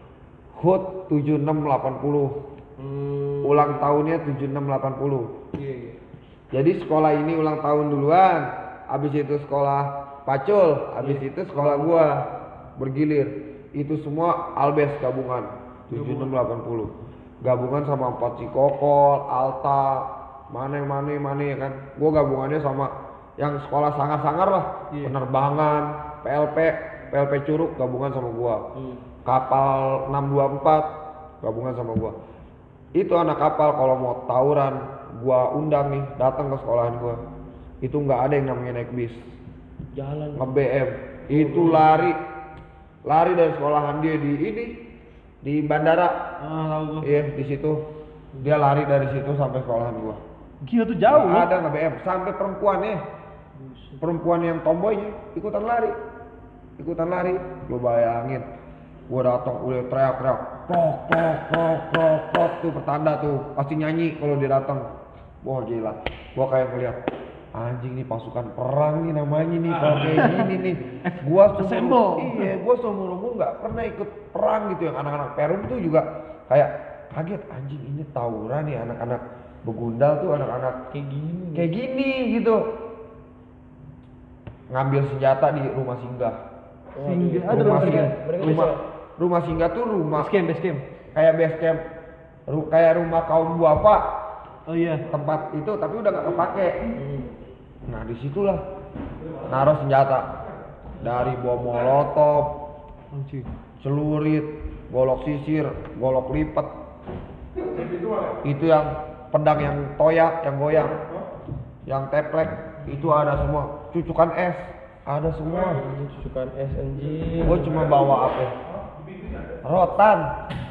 H U T tujuh enam delapan puluh. Hmm. Ulang tahunnya tujuh enam delapan puluh. Iya, iya. Jadi sekolah ini ulang tahun duluan, habis itu sekolah Pacul, habis itu sekolah gua bergilir. Itu semua Albes gabungan tujuh enam delapan puluh. Gabungan sama empat Cikokol, Alta, mana mana mana ya kan. Gua gabungannya sama yang sekolah sangar-sangar lah, Iya. penerbangan, P L P, P L P Curug gabungan sama gua. Hmm. Kapal enam dua empat gabungan sama gua. Itu anak kapal kalau mau tawuran gua undang nih datang ke sekolahan gua. Itu nggak ada yang namanya naik bis, Jalan. nge-B M. Itu lari lari dari sekolahan dia di ini di bandara. Ah, tahu gua. Iya, di situ dia lari dari situ sampai sekolahan gua. Gila tuh jauh. Nggak ya. ada nge-B M sampai perempuannya. Perempuan yang tomboynya ikutan lari. Ikutan lari. Lu bayangin. Gua datang udah teriak-teriak. Prok prok prok prok prok tuh pertanda tuh. Pasti nyanyi kalau dia datang. Wah gila. Gua kayak ngeliat anjing nih pasukan perang nih namanya nih kalau kayak gini nih. Gua Assemble. seumur iya, gua seumur umur nggak pernah ikut perang gitu. Yang anak-anak Perum tuh juga kayak kaget anjing ini tawuran nih anak-anak begundal tuh anak-anak Kayak gini. kayak gini gitu. Ngambil senjata di rumah singgah. Singgah ada Rumah rumah singgah. singgah. Mereka Rumah bisa- rumah singgah tuh rumah Base camp, base camp. kayak base camp. Ru- kayak rumah kaum duafa Oh iya. tempat itu tapi udah gak kepake. Hmm. Nah disitulah naruh senjata dari bom molotov, Anjing. celurit, golok sisir, golok lipat. Itu yang pedang yang toyak, yang goyang, yang teplek itu ada semua. Cucukan es ada semua. Ini cucukan es anjing. Gue cuma bawa apa? Rotan.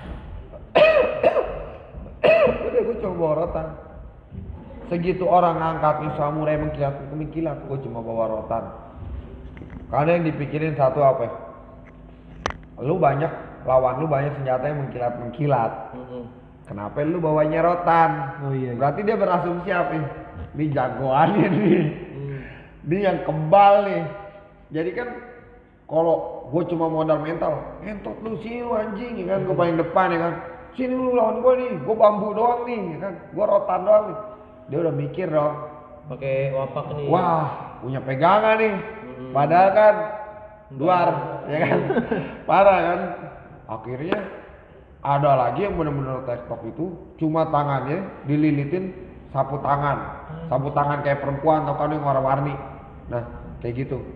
Udah gue cuma bawa rotan. Segitu orang ngangkatnya samurai mengkilat mengkilat, gue cuma bawa rotan. Karena yang dipikirin satu apa? Lu banyak lawan lu banyak senjata yang mengkilat mengkilat. Hmm. Kenapa lu bawanya rotan? Oh iya. iya. Berarti dia berasumsi apa? Ini jagoannya nih. Hmm. Dia yang kebal nih. Jadi kan kalau gue cuma modal mental, entot lu sini lu anjing ya kan, gue paling depan ya kan. Sini lu lawan gue nih, gue bambu doang nih ya kan, gue rotan doang nih. Dia udah mikir dong, Pakai wapak nih. wah punya pegangan nih. Padahal kan luar ya kan, parah kan. Akhirnya ada lagi yang bener-bener tektok itu, cuma tangannya dililitin sapu tangan, sapu tangan kayak perempuan atau kan yang warna-warni. Nah kayak gitu.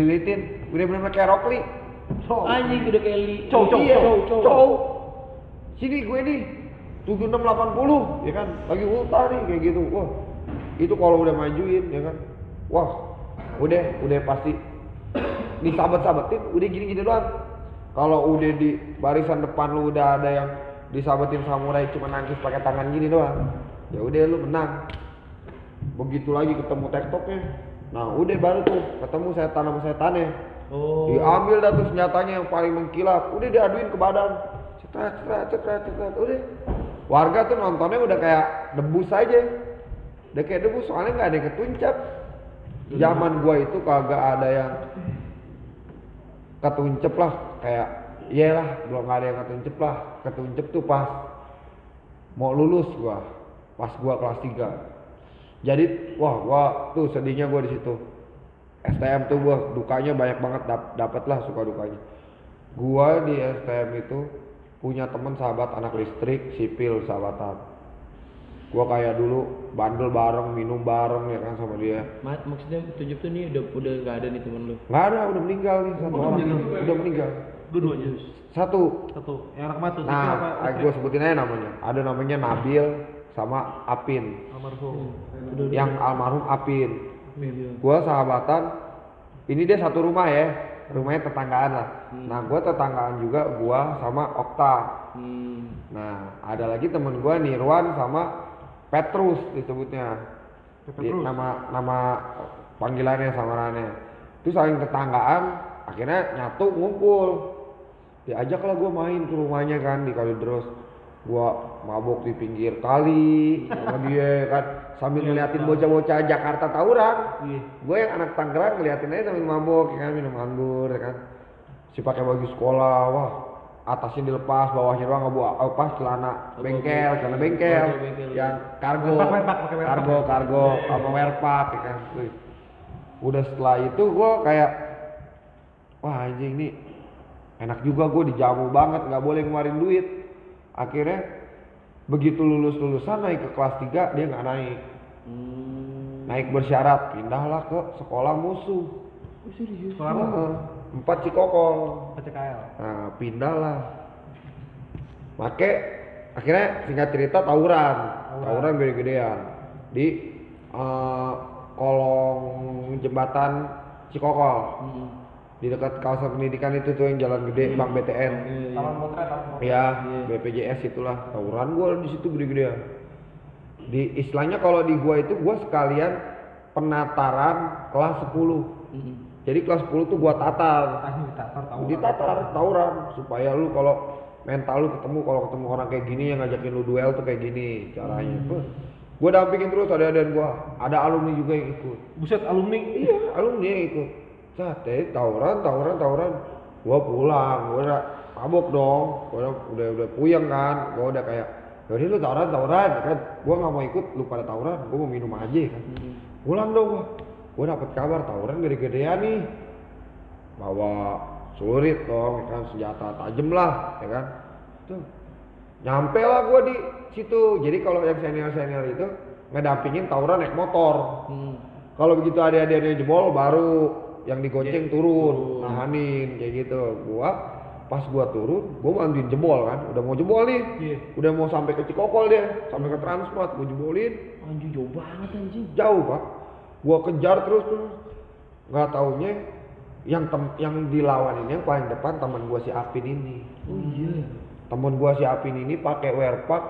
Dililitin, udah bener-bener kayak Rockly. Anjing udah kayak li. Cow, cow, Iya, cow, cow. sini gue nih tujuh enam delapan puluh ya kan, lagi ultah nih kayak gitu. Wah itu kalau udah majuin ya kan, wah udah udah pasti disabet-sabetin, udah gini-gini doang. Kalau udah di barisan depan lu udah ada yang disabetin samurai cuma nangkis pakai tangan gini doang, ya udah lu menang. Begitu lagi ketemu tektoknya, nah udah baru tuh ketemu setan sama setannya. Oh. Diambil dah tuh senjatanya yang paling mengkilap, udah diaduin ke badan, cetrat cetrat cetrat cetrat, udah. Warga tuh nontonnya udah kayak debus aja, udah kayak debus soalnya nggak ada yang ketuncap. Zaman gua itu kagak ada yang ketuncep lah, kayak iyalah belum nggak ada yang ketuncep lah. Ketuncep tuh pas mau lulus gua, pas gua kelas tiga. Jadi wah gua tuh sedihnya gua di situ. S T M tuh gua dukanya banyak banget, dap dapet lah suka dukanya. Gua di S T M itu punya temen sahabat anak listrik sipil sahabatan. Gua kayak dulu bandel bareng, minum bareng ya kan sama dia. Mat, maksudnya tunjuk tuh nih udah udah nggak ada nih temen lu. Nggak ada, udah meninggal nih satu Oh, orang. meninggal. Udah meninggal. Dua-duanya. Satu. Satu. Yang anak matu. sipil apa? Nah, Listrik? gue sebutin aja namanya. Ada namanya Nabil sama Apin. Almarhum. Yang almarhum Apin. Iya. Gua sahabatan. Ini dia satu rumah ya. Rumahnya tetanggaan lah. Hmm. Nah, gua tetanggaan juga gua sama Okta. Hmm. Nah, ada lagi temen gua Nirwan sama Petrus disebutnya. Di- Petrus. nama nama panggilannya samarannya. Itu saling tetanggaan, akhirnya nyatu ngumpul. Diajaklah gua main ke rumahnya kan di Kalideres. Gua mabok di pinggir kali sama dia kan sambil ngeliatin bocah-bocah Jakarta tawuran. Iya. Gue yang anak Tangerang ngeliatin aja sambil mabok ya kan, minum anggur ya kan. Si pakai baju sekolah, wah atasnya dilepas, bawahnya doang ngebu apa celana bengkel, celana bengkel, Oh, bengkel, yang kargo, Werpak, werpak, pakai werpak. kargo, kargo, sama werpak ya kan. Wih. Udah setelah itu gue kayak, wah anjing nih enak juga gue dijamu banget, nggak boleh ngeluarin duit. Akhirnya begitu lulus lulusan naik ke kelas tiga dia nggak naik, Hmm. naik bersyarat pindahlah ke sekolah musuh. Oh, serius? Sekolah apa? Heeh. Empat Cikokol. P C K L. Nah, pindah lah. Make akhirnya singkat cerita tawuran, tawuran gede-gedean di eh, kolong jembatan Cikokol. Hmm. Di dekat kawasan pendidikan itu tuh yang jalan gede Bank B T N. Taman Motret, Taman Motret. Ya, B P J S itulah tawuran gua di situ gede-gedean. Di istilahnya kalau di gua itu gua sekalian penataran kelas sepuluh. Hmm. Jadi kelas sepuluh tuh gua tatar. Ah, ditatar tahu. Ditatar tawuran supaya lu kalau mental lu ketemu kalau ketemu orang kayak gini yang ngajakin lu duel tuh kayak gini caranya. Hmm. Gua dampingin terus ada dan gua, ada alumni juga yang ikut. Buset alumni. Iya, alumni yang ikut. Sate tawuran, tawuran, tawuran. Gua pulang, gua udah mabok dong. Gua udah udah, udah puyeng kan. Gua udah kayak, "Yaudah lu tawuran, tawuran." Kan gua nggak mau ikut lu pada tawuran, gua mau minum aja kan. Hmm. Pulang dong gua. Gua dapet kabar tawuran gede-gedean nih. Bawa celurit dong, ya kan senjata tajam lah, ya kan. Tuh. Nyampe lah gua di situ. Jadi kalau yang senior-senior itu ngedampingin tawuran naik motor. Hmm. Kalau begitu ada-ada yang jebol baru yang digonceng Turun. turun, nahanin kayak gitu. Gua pas gua turun, gua bantuin jebol kan. Udah mau jebol nih. Iya. Udah mau sampai ke Cikokol dia, sampai ke Transmart gua jebolin. Anjing jauh banget anjing. Jauh, Pak. Gua kejar terus terus. Enggak taunya yang tem yang dilawan ini yang paling depan teman gua si Apin ini. Oh iya. Temen gua si Apin ini pakai werpak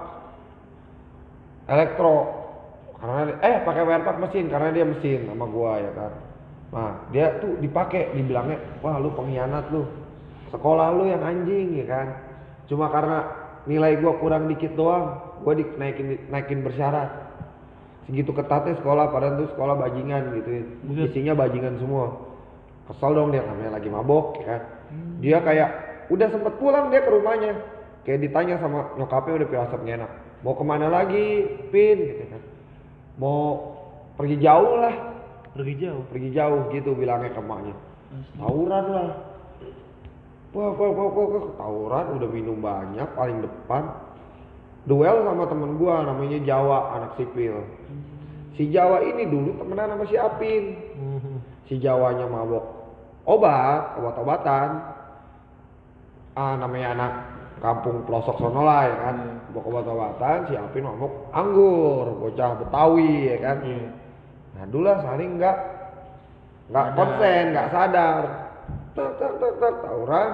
elektro. Karena eh pakai werpak mesin karena dia mesin sama gua ya kan. Nah, dia tuh dipakai, dibilangnya, "Wah, lu pengkhianat lu. Sekolah lu yang anjing," ya kan. Cuma karena nilai gua kurang dikit doang, gua dinaikin naikin bersyarat. Segitu ketatnya sekolah, padahal tuh sekolah bajingan gitu. Isinya bajingan semua. Kesel dong dia, namanya lagi mabok ya kan. Dia kayak udah sempet pulang dia ke rumahnya. Kayak ditanya sama nyokapnya udah pirasat nggak enak. Mau kemana lagi, Pin? Gitu kan. Mau pergi jauh lah. Pergi jauh. Pergi jauh gitu bilangnya ke emaknya. Tawuran lah. Wah, wah, wah, wah, wah, tawuran udah minum banyak paling depan. Duel sama temen gua namanya Jawa, anak sipil. Si Jawa ini dulu temenan sama si Apin. Si Jawanya mabok obat, obat-obatan. Ah, namanya anak kampung pelosok sono lah ya kan. Bawa obat-obatan, si Apin mabok anggur, bocah Betawi ya kan. Nah dulu lah saling nggak nggak konsen, nggak sadar. Tak tak tak tak tawuran.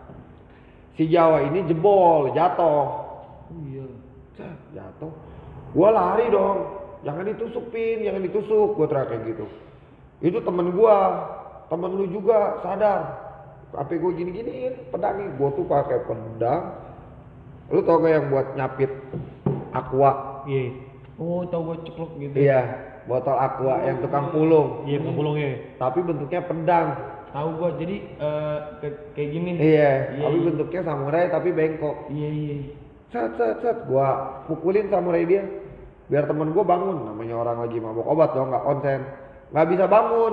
Si Jawa ini jebol, jatuh. Iya. Jatuh. Gua lari dong. Jangan ditusuk Pin, jangan ditusuk. Gua teriak kayak gitu. Itu temen gua, temen lu juga sadar. H P gua gini-giniin, pedangnya. Gua tuh pakai pedang. Lu tau gak yang buat nyapit aqua? Iya. Oh, tau gua ceklok gitu. Iya, botol aqua yang tukang pulung. Iya, pulungnya. Tapi bentuknya pedang. Tahu gua, jadi eh, ke- kayak gini. Iya, Iya, tapi iya. bentuknya samurai tapi bengkok. Iya iya. Set set set, gua pukulin samurai dia. Biar temen gua bangun, namanya orang lagi mabok obat dong, nggak konsen, nggak bisa bangun.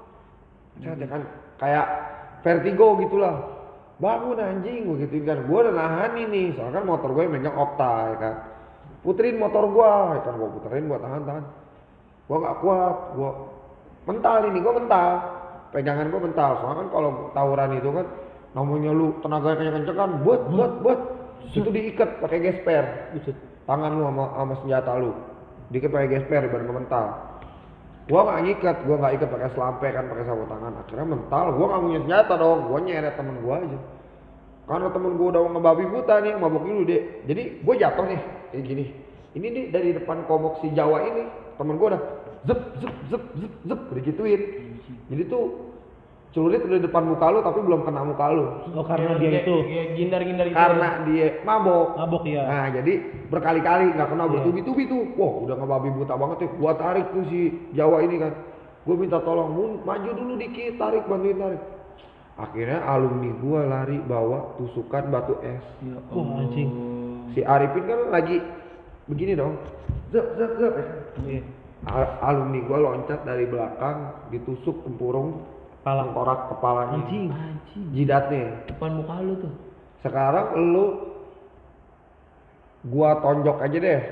Set ya kan, kayak vertigo gitulah. Bangun anjing, gua gituin kan. Gua udah nahan ini, soalnya kan motor gua yang megang Okta ya kan. Puterin motor gua, ya kan gua puterin, gua tahan tahan. Gua nggak kuat, gua mental ini, gua mental. Pegangan gua mental, soalnya kan kalau tawuran itu kan namanya lu tenaga kenceng-kenceng kan, buat buat buat itu diikat pakai gesper. Tangan lu sama sama senjata lu diikat pakai gesper baru gua mental. Gua nggak ngikat, gua nggak ikat pakai selampe kan, pakai sabuk tangan. Akhirnya mental, gua nggak punya senjata dong, gua nyeret temen gua aja. Karena temen gua udah ngebabi buta nih, mabok dulu deh. Jadi gua jatuh nih, kayak gini. Ini nih dari depan komok si Jawa ini, temen gua udah zep zep zep zep zep digituin. Jadi tuh celurit udah depan muka lu tapi belum kena muka lu. Oh, karena Kayak- dia kayak- itu kayak gindar-gindar gitu. Karena dia mabok. mabok ya. Nah jadi berkali-kali nggak kena Iya. bertubi-tubi tuh. Wah udah ngebabi buta banget tuh. Gua tarik tuh si Jawa ini kan. Gua minta tolong, "Mun, maju dulu dikit, tarik, bantuin tarik." Akhirnya alumni gua lari bawa tusukan batu es. Ya Wah, anjing. Si Arifin kan lagi begini dong. Zep zep zep. ya kan. Iya. Al- alumni gua loncat dari belakang ditusuk tempurung Kepala. tengkorak kepalanya. Anjing. Anjing. Jidatnya. Depan muka lu tuh. Sekarang lu gua tonjok aja deh.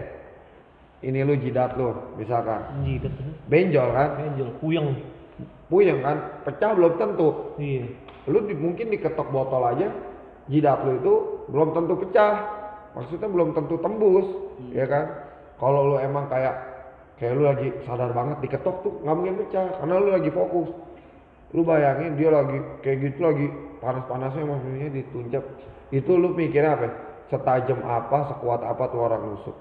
Ini lu jidat lu misalkan. Anjing. Benjol kan? Benjol, puyeng. Puyeng kan? Pecah belum tentu. Iya. Lu di, mungkin diketok botol aja jidat lu itu belum tentu pecah. Maksudnya belum tentu tembus, ya kan? Kalau lu emang kayak kayak lu lagi sadar banget diketok tuh nggak mungkin pecah karena lu lagi fokus. Lu bayangin dia lagi kayak gitu lagi panas-panasnya maksudnya dituncap. Itu lu mikirnya apa? Setajam apa, sekuat apa tuh orang nusuk.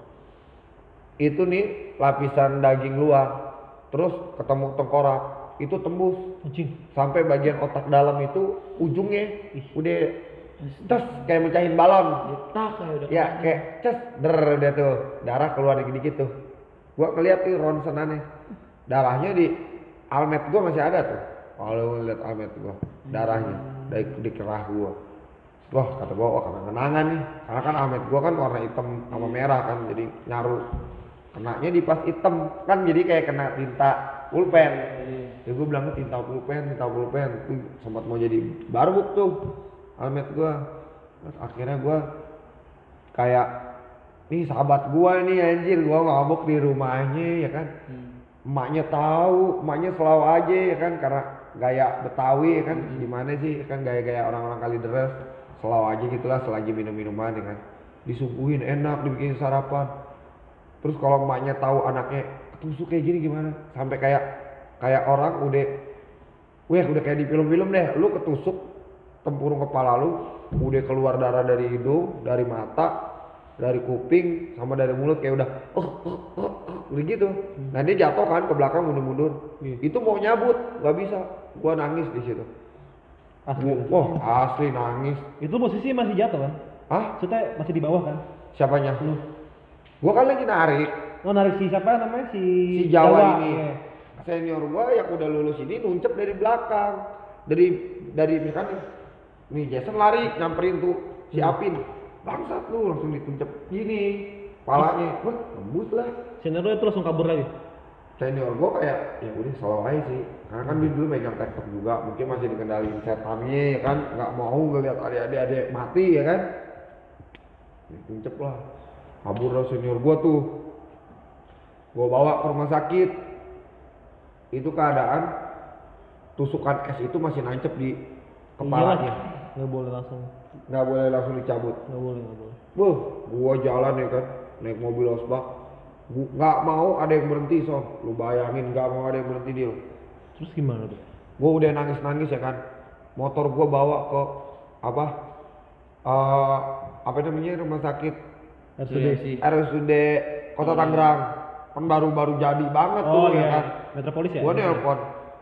Itu nih lapisan daging luar, terus ketemu tengkorak, itu tembus Anjing. sampai bagian otak dalam itu ujungnya udah tes kayak mecahin balon. Tak kayak udah. Ya kayak ces der dia tuh darah keluar dikit-dikit tuh. Gua ngeliat tuh ronsenannya, darahnya di almet gua masih ada tuh. Kalau ngeliat almet gua, darahnya dari di kerah gua. Wah kata gua, wah kena kenangan nih. Karena kan almet gua kan warna hitam sama merah kan, jadi nyaru. Kenanya di pas hitam kan, jadi kayak kena tinta pulpen. Ya gua bilang tinta pulpen, tinta pulpen. Tuh sempat mau jadi barbuk tuh almet gua. Terus akhirnya gua kayak nih sahabat gua nih anjir, gua mabuk di rumahnya ya kan. Emaknya tahu, emaknya selalu aja ya kan, karena gaya Betawi ya kan, gimana sih ya kan gaya-gaya orang-orang Kalideres, selalu aja gitulah selagi minum-minuman ya kan. Disuguhin enak, dibikin sarapan. Terus kalau emaknya tahu anaknya ketusuk kayak gini gimana? Sampai kayak kayak orang udah weh udah kayak di film-film deh, lu ketusuk tempurung kepala lu, udah keluar darah dari hidung, dari mata, dari kuping, sama dari mulut kayak udah oh, oh, oh, oh, udah gitu. Nah dia jatuh kan ke belakang mundur-mundur. Itu mau nyabut, nggak bisa. Gua nangis di situ. Asli. Wah asli nangis. Itu posisi masih jatuh kan? Hah? Maksudnya masih di bawah kan? Siapanya? Lu. Gua kan lagi narik. Oh, narik si siapa namanya? Si, Si Jawa, ini. Iya. Senior gua yang udah lulus ini nuncep dari belakang. Dari dari misalkan nih Jason lari nyamperin tuh si Apin. Bangsat lu langsung dituncep gini palanya. Wah, tembus lah. Senior lu itu langsung kabur lagi. Senior gua kayak ya udah slow aja sih. Karena kan dia dulu megang tektok juga, mungkin masih dikendaliin setannya ya kan, nggak mau ngeliat adik-adik mati ya kan. Dituncep lah. Kabur lah senior gua tuh. Gua bawa ke rumah sakit. Itu keadaan tusukan es itu masih nancep di kepalanya. Nggak boleh langsung. nggak boleh langsung dicabut. Nggak boleh, nggak boleh. Buh, gua jalan ya kan, naik mobil osbak, gua nggak mau ada yang berhenti son. Lu bayangin nggak mau ada yang berhenti dia. Terus gimana tuh? Gua udah nangis-nangis ya kan, motor gua bawa ke apa? Uh, apa namanya rumah sakit R S U D. R S U D Kota Tangerang. Kan baru-baru jadi banget Oh tuh ya iya, kan. Metropolis ya? Gua nelpon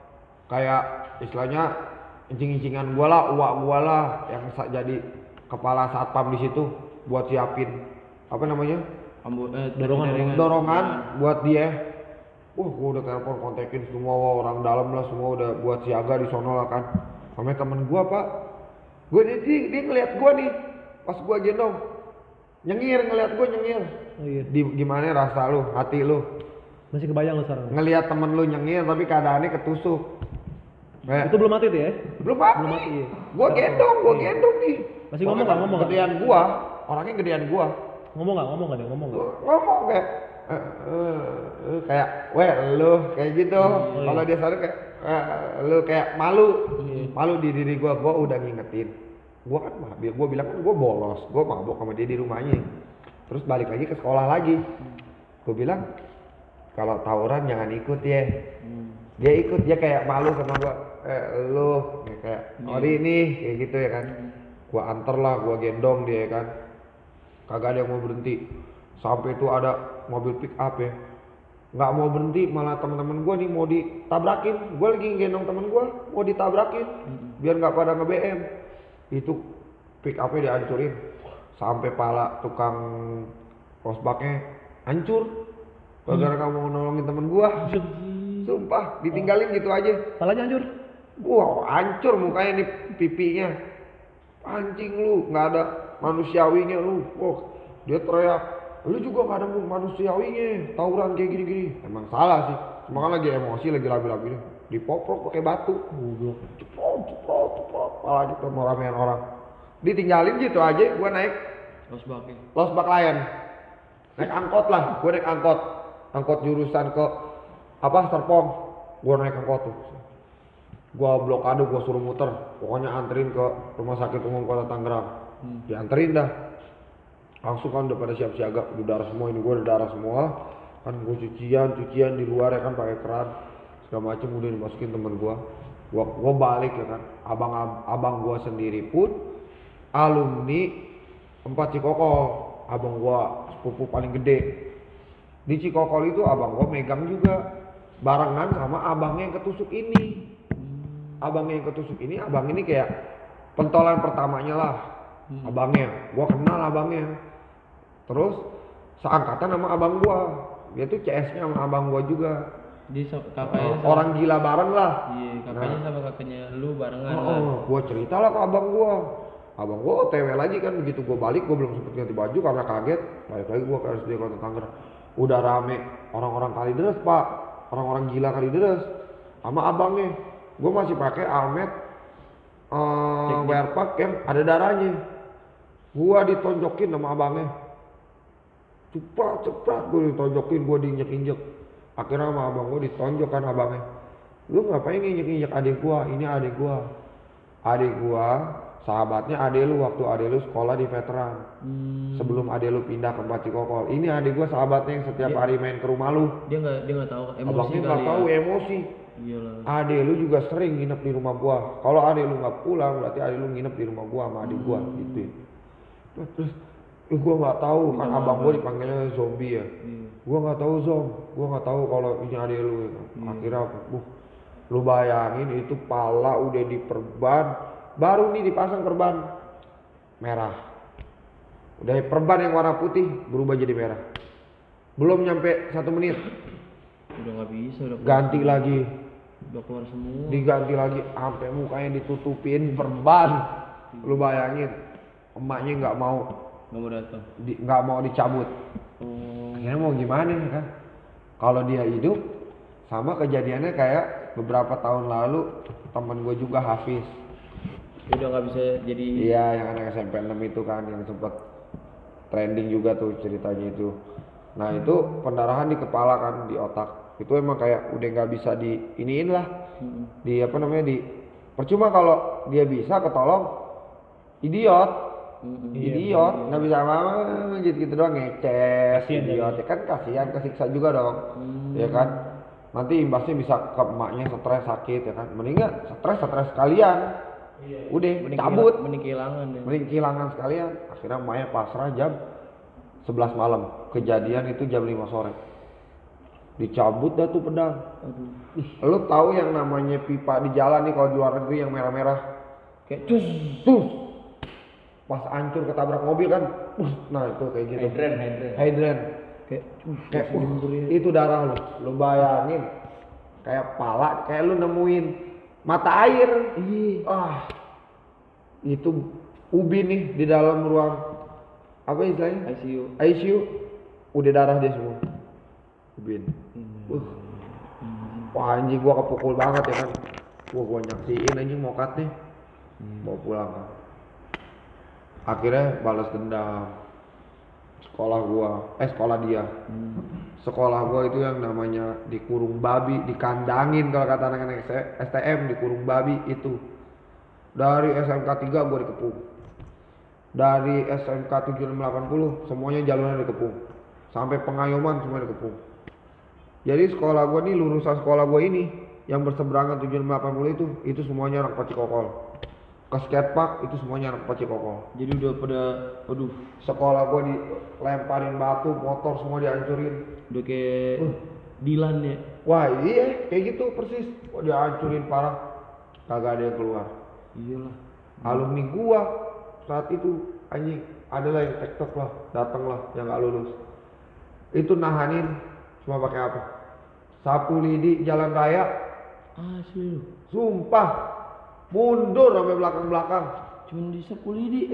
kayak istilahnya incing-incingan gua lah, uak gua lah yang sa- jadi kepala satpam di situ buat siapin apa namanya Ambu, eh, Dorongan, jaringan. dorongan buat dia. Wah, gua udah telepon kontekin semua wah, orang dalam lah semua udah buat siaga di sono lah kan. Sampai temen gua pak, gua dia, dia, dia ngeliat gua nih pas gua gendong nyengir ngeliat gua nyengir. Oh iya. Di gimana rasa lu, hati lu Masih kebayang lu sekarang? ngelihat temen lu nyengir tapi keadaannya ketusuk. Kayak, Itu belum mati tuh ya? belum mati. belum mati, iya. Gua gendong, gua Iya. gendong nih. Masih ngomong nggak? Ngomong nggak? Gedean gua, orangnya gedean gua. Ngomong nggak? Ngomong nggak dia? Ngomong nggak? Ngomong kayak eh, eh, eh, kayak weh lu kayak gitu. iya. Kalau dia sadar kayak eh, lu kayak malu. Iya. Malu di diri gua, gua udah ngingetin. Gua kan biar gua bilang kan gua bolos, gua mabok sama dia di rumahnya. Terus balik lagi ke sekolah lagi. Gua bilang kalau tawuran jangan ikut ya. Dia ikut, dia kayak malu sama gua. Eh lu ya kayak Ori nih kayak gitu ya kan. Gua anter lah, gua gendong dia ya kan. Kagak ada yang mau berhenti. Sampai itu ada mobil pick up ya. Nggak mau berhenti, malah teman-teman gua nih mau ditabrakin. Gua lagi gendong temen gua, mau ditabrakin. Biar nggak pada nge-B M. Itu pick up-nya dihancurin. Sampai pala tukang rosbaknya hancur. Gara-gara kamu mau nolongin temen gua. Sumpah, ditinggalin gitu aja. Palanya hancur? Wah, hancur mukanya nih pipinya. Anjing lu, nggak ada manusiawinya lu. Wah, dia teriak, lu juga nggak ada manusiawinya. Tawuran kayak gini-gini. Emang salah sih. Cuma kan lagi emosi, lagi labil-labil. Dipoprok pakai batu. Ceprot, ceprot, ceprot. Malah gitu mau ramean orang. Ditinggalin gitu aja, gua naik Los Baki. Losbak Layan. Naik angkot lah, gua naik angkot. Angkot jurusan ke apa Serpong. Gua naik angkot tuh. Gua blokade, gua suruh muter. Pokoknya anterin ke rumah sakit umum Kota Tangerang. Hmm. Dianterin dah. Langsung kan udah pada siap siaga, udah darah semua ini gua udah darah semua. Kan gua cucian, cucian di luar ya kan pakai keran. Segala macem udah dimasukin temen gua. Gua gua balik ya kan. Abang abang gua sendiri pun alumni empat Cikokol. Abang gua sepupu paling gede. Di Cikokol itu abang gua megang juga barengan sama abangnya yang ketusuk ini. Abangnya yang ketusuk ini, abang ini kayak pentolan pertamanya lah. Hmm. Abangnya, gua kenal abangnya. Terus seangkatan sama abang gua. Dia tuh C S-nya sama abang gua juga. Di so, kakaknya Uh, orang gila bareng lah. Iya, kakaknya nah. sama kakaknya lu barengan oh, lah. Oh, gua cerita lah ke abang gua. Abang gua O T W lagi kan, begitu gua balik gua belum sempet ganti baju karena kaget. Balik lagi gua ke R S U D Kota Tangerang. Udah rame orang-orang Kalideres, Pak. Orang-orang gila Kalideres. Sama abangnya. Gue masih pakai Almet uh, wearpack yang ada darahnya. Gua ditonjokin sama abangnya. Cepat cepat gue ditonjokin, gue diinjek-injek. Akhirnya sama abang gue ditonjok kan abangnya. Lu ngapain injek-injek adik gua? Ini adik gua. Adik gua sahabatnya adik lu waktu adik lu sekolah di veteran. Hmm. Sebelum adik lu pindah ke Empat Cikokol. Ini adik gua sahabatnya yang setiap dia, hari main ke rumah lu. Dia nggak dia nggak tahu emosi. Abangnya nggak tahu ya. Emosi. Iyalah. Adek lu juga sering nginep di rumah gua. Kalau adek lu nggak pulang, berarti adek lu nginep di rumah gua sama adik gua, hmm. gitu. Terus, terus uh, gua nggak tahu kan abang gua dipanggilnya zombie ya. Hmm. Gua nggak tahu zom, gua nggak tahu kalau ini adek lu. Ya. Hmm. Akhirnya, uh, lu bayangin itu pala udah diperban, baru nih dipasang perban merah. Udah perban yang warna putih berubah jadi merah. Belum nyampe satu menit. Udah nggak bisa, udah ganti keluar. lagi. Udah keluar semua. Diganti lagi sampai mukanya ditutupin perban. Lu bayangin, emaknya nggak mau, nggak mau datang, nggak mau dicabut. Oh. Akhirnya mau gimana kan? Kalau dia hidup, sama kejadiannya kayak beberapa tahun lalu temen gue juga Hafiz. Udah nggak bisa jadi. Iya, yang anak S M P enam itu kan, yang sempet trending juga tuh ceritanya itu. Nah itu pendarahan di kepala kan, di otak. Itu emang kayak udah nggak bisa di iniin lah, hmm. di apa namanya di percuma kalau dia bisa ketolong, idiot. Mm-mm. Idiot, nggak bisa apa-apa gitu-gitu doang ngeces, Kasian idiot. Ya kan kasihan, kesiksa juga dong. Ya kan? Nanti imbasnya bisa ke emaknya stres sakit ya kan. Mending nggak stres stres sekalian. Udah Mending cabut, kehil- mending kehilangan ya. mending kehilangan sekalian. Akhirnya emaknya pasrah jam sebelas malam. Kejadian itu jam lima sore. Dicabut dah tuh pedang. Lu tahu yang namanya pipa di jalan nih kalau di luar negeri yang merah-merah? Kayak cus. Tuh. Pas hancur ketabrak mobil kan. Uh, nah itu kayak gitu. Hydran, hydran. Hydran. Kayak cus. Kayak uh, itu darah lu. Lu bayangin. Kayak pala, kayak lu nemuin mata air. Iya. Ah. Itu Ubi nih di dalam ruang apa istilahnya? I C U. I C U. Udah darah dia semua. Ubin. Uh. Wah anjing gua kepukul banget ya kan. Gua gua nyaksiin anjing mokat nih. Bawa pulang kan. Akhirnya balas dendam. Sekolah gua, eh sekolah dia. Sekolah gua itu yang namanya dikurung babi, dikandangin kalau kata anak-anak S T M, dikurung babi itu. Dari S M K tiga gua dikepung. Dari S M K tujuh enam delapan nol semuanya jalurnya dikepung. Sampai Pengayoman semua dikepung. Jadi sekolah gua nih, lulusan sekolah gua ini yang berseberangan tujuh enam delapan nol itu, itu semuanya anak Pacikokol. Ke skatepark itu semuanya anak Pacikokol. Jadi udah pada, aduh, Sekolah gua dilemparin batu, motor semua dihancurin. udah kayak Uh. Dilan ya. Wah iya kayak gitu persis. Wah dihancurin parah. Kagak ada yang keluar. Iyalah. Alumni gua saat itu anjing adalah yang tektok lah, datang lah yang nggak lulus. Itu nahanin cuma pakai apa? Sapu lidi jalan raya. Asli lu. Sumpah mundur sampai belakang-belakang. Cuman di sapu lidi.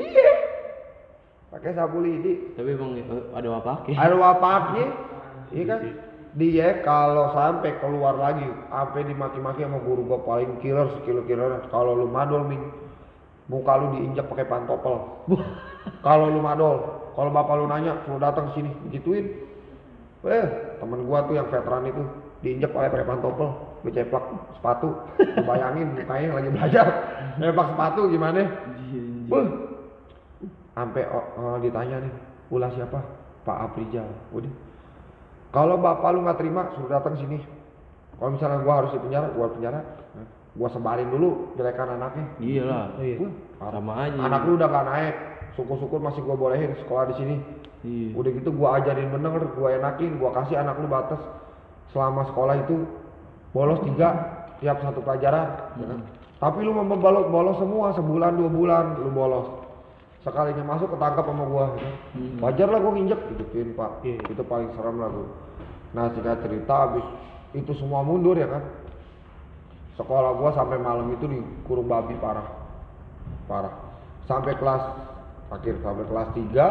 Pakai sapu lidi. Tapi emang eh, ada apa pakai? Ada wapaknya. Iya kan? Dia kalau sampai keluar lagi, sampai dimaki-maki sama guru gua paling killer sekilo killer. Kalau lu madol Ming, muka lu diinjak pakai pantopel. Kalau lu madol, kalau bapak lu nanya, suruh datang ke sini, gituin. Eh, temen gua tuh yang veteran itu diinjak pakai pakai pantopel, diceplak sepatu. Lu bayangin mukanya lagi belajar, ceplak sepatu gimana? Beuh. Sampai oh, oh, ditanya nih, ulah siapa? Pak Aprijal. Udah. Kalau bapak lu nggak terima, suruh datang sini. Kalau misalnya gua harus di penjara, gua penjara. Gua sebarin dulu jelekan anaknya. Iyalah. Wah, Sama aja. anak lu udah gak naik, syukur-syukur masih gua bolehin sekolah di sini. Iya. Udah gitu gua ajarin bener, gua enakin, gua kasih anak lu batas selama sekolah itu bolos tiga tiap satu pelajaran. Ya kan? Tapi lu mau bolos bolos semua sebulan dua bulan lu bolos. Sekalinya masuk ketangkap sama gua. Ya. Hmm. Wajar lah gua nginjek gituin pak. Iya. Itu paling serem lah gua. Nah singkat cerita abis itu semua mundur ya kan. Sekolah gua sampai malam itu dikurung babi parah. Parah. Sampai kelas akhir sampai kelas tiga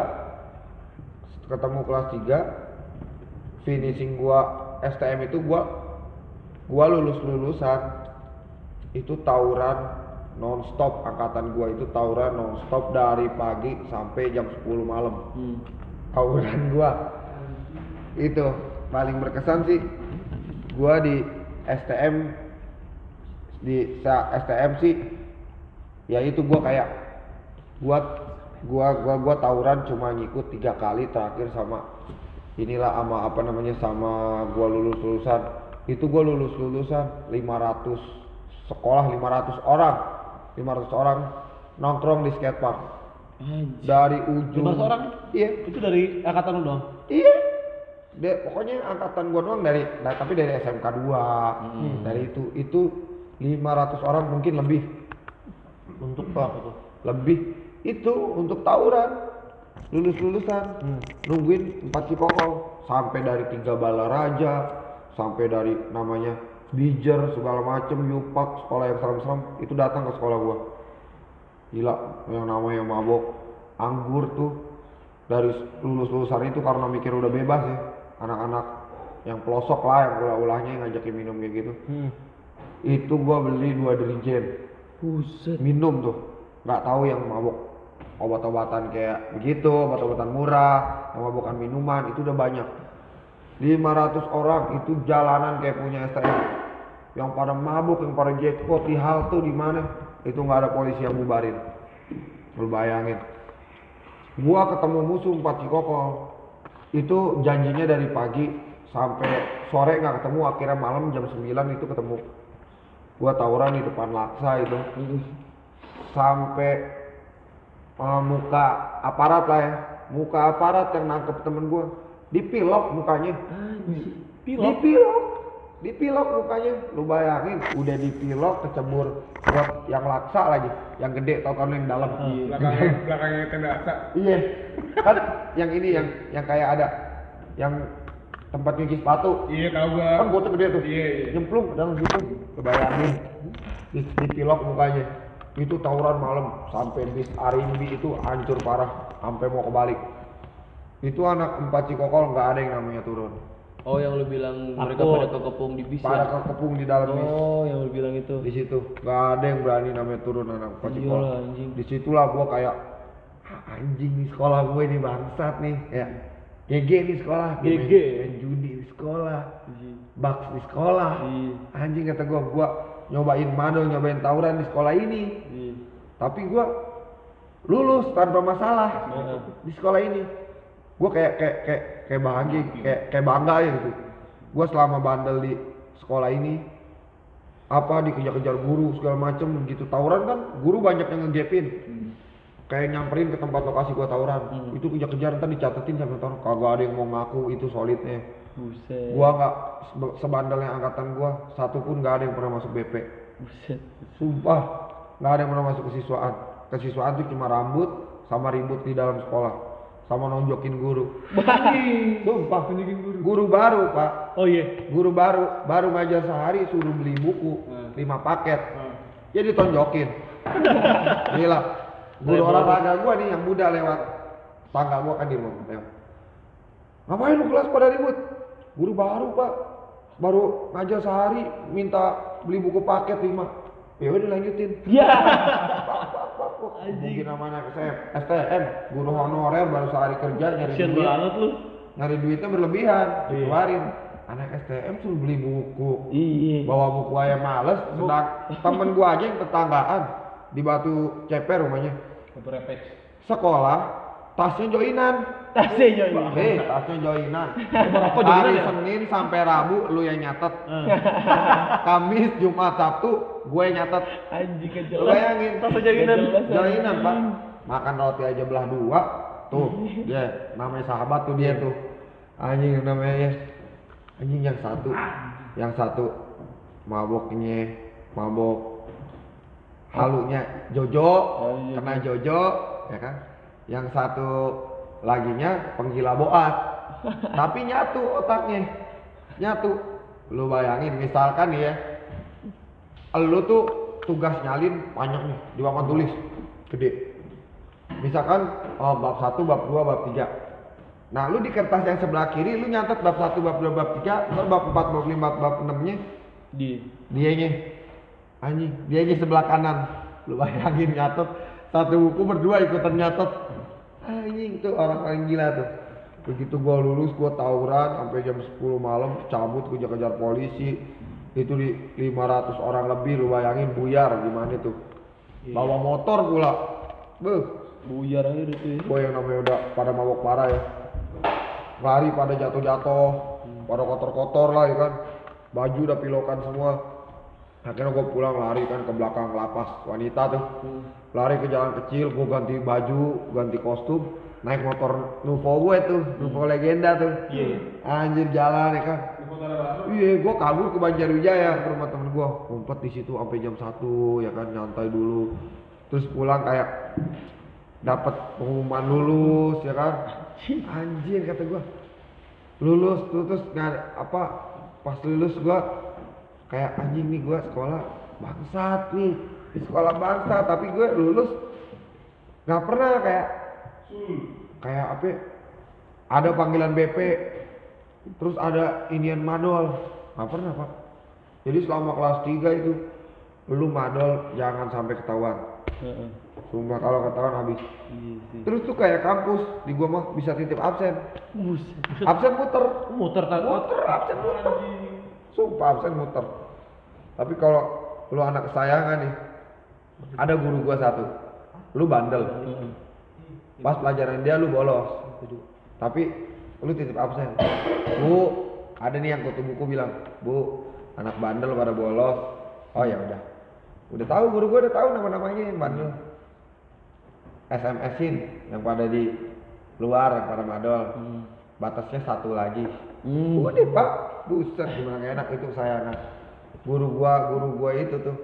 ketemu kelas tiga finishing gua S T M itu gua gua lulus-lulusan itu tawuran non-stop, angkatan gua itu tawuran non-stop dari pagi sampai jam sepuluh malam. Hmm. Tawuran gua itu paling berkesan sih gua di S T M di S T M sih ya itu gua kayak gua gua gua gua tawuran cuma ngikut tiga kali terakhir sama inilah sama apa namanya sama gua lulus lulusan itu gua lulus lulusan lima ratus sekolah lima ratus orang lima ratus orang nongkrong di skatepark Anjir. dari ujung lima ratus orang? iya Itu dari angkatan lu dong? iya De, pokoknya angkatan gua doang dari nah, tapi dari S M K dua Hmm. dari itu itu lima ratus orang mungkin lebih Untuk apa tuh? lebih itu untuk tawuran lulus lulusan Hmm. nungguin empat Cikokol sampai dari tiga Balaraja sampai dari namanya Bijer segala macem Yupak sekolah yang serem-serem itu datang ke sekolah gua gila yang namanya mabok anggur tuh dari lulus lulusan itu karena mikir udah bebas ya anak-anak yang pelosok lah yang ulah-ulahnya yang ngajakin minum kayak gitu Hmm. itu gua beli dua dirijen Buset. minum tuh nggak tahu yang mabok obat-obatan kayak begitu obat-obatan murah yang mabokan minuman itu udah banyak lima ratus orang itu jalanan kayak punya S T M yang pada mabuk yang pada jackpot di halte di mana itu nggak ada polisi yang bubarin Lu bayangin. Gua ketemu musuh empat Cikokol. Itu janjinya dari pagi sampai sore nggak ketemu, akhirnya malam jam sembilan itu ketemu. Gua tawuran di depan Laksa itu. Sampai uh, muka aparat lah ya. Muka aparat yang nangkep temen gua. Dipilok mukanya. Pilok. Dipilok. Dipilok mukanya. Lu bayangin, udah dipilok kecebur buat yang Laksa lagi, yang gede tau kan yang dalam. Belakangnya belakangnya tenda aksa. Iya. Kan yang ini yang yang kayak ada yang tempat nyuci sepatu. Iya tahu gua. Kan botol gede tuh. Iya iya. Nyemplung ke dalam situ. Lu bayangin. Di, dipilok mukanya. Itu tawuran malam sampai bis Arimbi itu hancur parah sampai mau kebalik. Itu anak empat Cikokol nggak ada yang namanya turun. Oh, yang lu bilang mereka Takut. pada kekepung di bis Pada ya? kekepung di dalam bis. Oh, yang lu bilang itu. Di situ nggak ada yang berani namanya turun anak empat Cikokol. Iyalah, anjing. Disitulah gua kayak "Ah, anjing nih sekolah gue ini bangsat nih ya. G G nih sekolah, G G. main, main judi di sekolah, bucks di sekolah. Iya. Anjing kata gua, gua nyobain madol, nyobain tawuran di sekolah ini. Iya. Tapi gua lulus tanpa masalah Heeh. di sekolah ini. Gua kayak kayak kayak kayak bahagia, kayak kayak bangga ya gitu. Gua selama bandel di sekolah ini apa dikejar-kejar guru segala macem gitu, tawuran kan guru banyak yang ngegepin. Kayak nyamperin ke tempat lokasi gua tawuran. Itu kejar-kejar ntar dicatetin sampai tahun kagak ada yang mau ngaku itu solidnya. Buset. Gua nggak sebe- sebandelnya angkatan gua, satu pun nggak ada yang pernah masuk B P. Buset. Sumpah, nggak ada yang pernah masuk kesiswaan. Kesiswaan tuh cuma rambut sama ribut di dalam sekolah, sama nonjokin guru. Sumpah, guru. Guru baru pak, Oh iya. guru baru, baru ngajar sehari suruh beli buku lima paket, ya ditonjokin. Gila, guru olahraga gua nih yang muda lewat tangga gua kan di rumah lewat. Ngapain lu kelas pada ribut? Guru baru pak, baru ngajar sehari minta beli buku paket lima. Ya udah lanjutin. Ya. Mungkin namanya S T M, guru honorer baru sehari kerja nyari Kasian duit. banget lu. Nyari duitnya berlebihan, Iya. dikeluarin. Anak S T M suruh beli buku. Iya. Bawa buku aja males, sedang temen gua aja yang tetanggaan di Batu Ceper rumahnya. Berepes. Sekolah, tasnya joinan. Tasnya Joy. Eh, tasnya joinan. Merokok Hari joinan ya? Senin sampai Rabu lu yang nyatet. Eh. Kamis, Jumat, Sabtu gue yang nyatet. Anjing Lu kejelas. bayangin, Tasnya joinan. joinan pak. Makan roti aja belah dua. Tuh, dia namanya sahabat tuh dia tuh. Anjing namanya. Anjing yang satu, yang satu maboknya, mabok halunya Jojo, kena Jojo, ya kan? Yang satu laginya penggila boat, tapi nyatu otaknya, nyatu. Lu bayangin, misalkan nih ya, lu tuh tugas nyalin banyak nih di papan tulis, gede. Misalkan oh, bab satu, bab dua, bab tiga. Nah, lu di kertas yang sebelah kiri, lu nyatet bab satu, bab dua, bab tiga, ntar bab empat, bab lima, bab enam-nya Di. dianya. Anjing, dianya sebelah kanan. Lu bayangin nyatet satu buku berdua ikutan nyatet. Anjing tuh orang paling gila tuh. Begitu gua lulus, gua tawuran sampai jam sepuluh malam, cabut kejar-kejar polisi. Itu di lima ratus orang lebih, lu bayangin buyar gimana tuh. Bawa motor pula. Beuh, Buyar aja itu ya. gua yang namanya udah pada mabok parah ya. Lari pada jatuh-jatuh, pada kotor-kotor lah ya kan. Baju udah pilokan semua. Akhirnya gue pulang lari kan ke belakang lapas wanita tuh. Lari ke jalan kecil, gue ganti baju, ganti kostum, naik motor Nuvo gue tuh, Nuvo legenda tuh. Anjir jalan ya kan. Iya, gue kabur ke Banjarwijaya ke rumah temen gue, ngumpet di situ sampai jam satu ya kan, nyantai dulu. Terus pulang kayak dapat pengumuman lulus ya kan. Anjir kata gue, lulus tuh, terus nggak apa, pas lulus gue kayak anjing nih, gue sekolah bangsat nih, di sekolah bangsat, tapi gue lulus nggak pernah kayak kayak apa ya, ada panggilan B P, terus ada inian madol, nggak pernah pak. Jadi selama kelas tiga itu lu madol jangan sampai ketahuan. Heeh. Sumpah kalau ketahuan habis. Iya sih. Terus tuh kayak kampus di gua mah bisa titip absen. Buset. Absen muter. Muter tak. Muter absen muter. Sumpah absen muter. Tapi kalau lu anak kesayangan nih, ada guru gua satu. lu bandel. Pas pelajaran dia lu bolos. Tapi lu titip absen. Bu, ada nih yang kutu buku bilang, "Bu, anak bandel pada bolos." Oh ya udah. Udah tahu guru gua udah tahu nama-namanya yang bandel. S M S-in yang pada di luar yang pada madol. Hmm. Batasnya satu lagi. Hmm. Udah Pak, buset gimana gak enak itu saya anak. Guru gua, guru gua itu tuh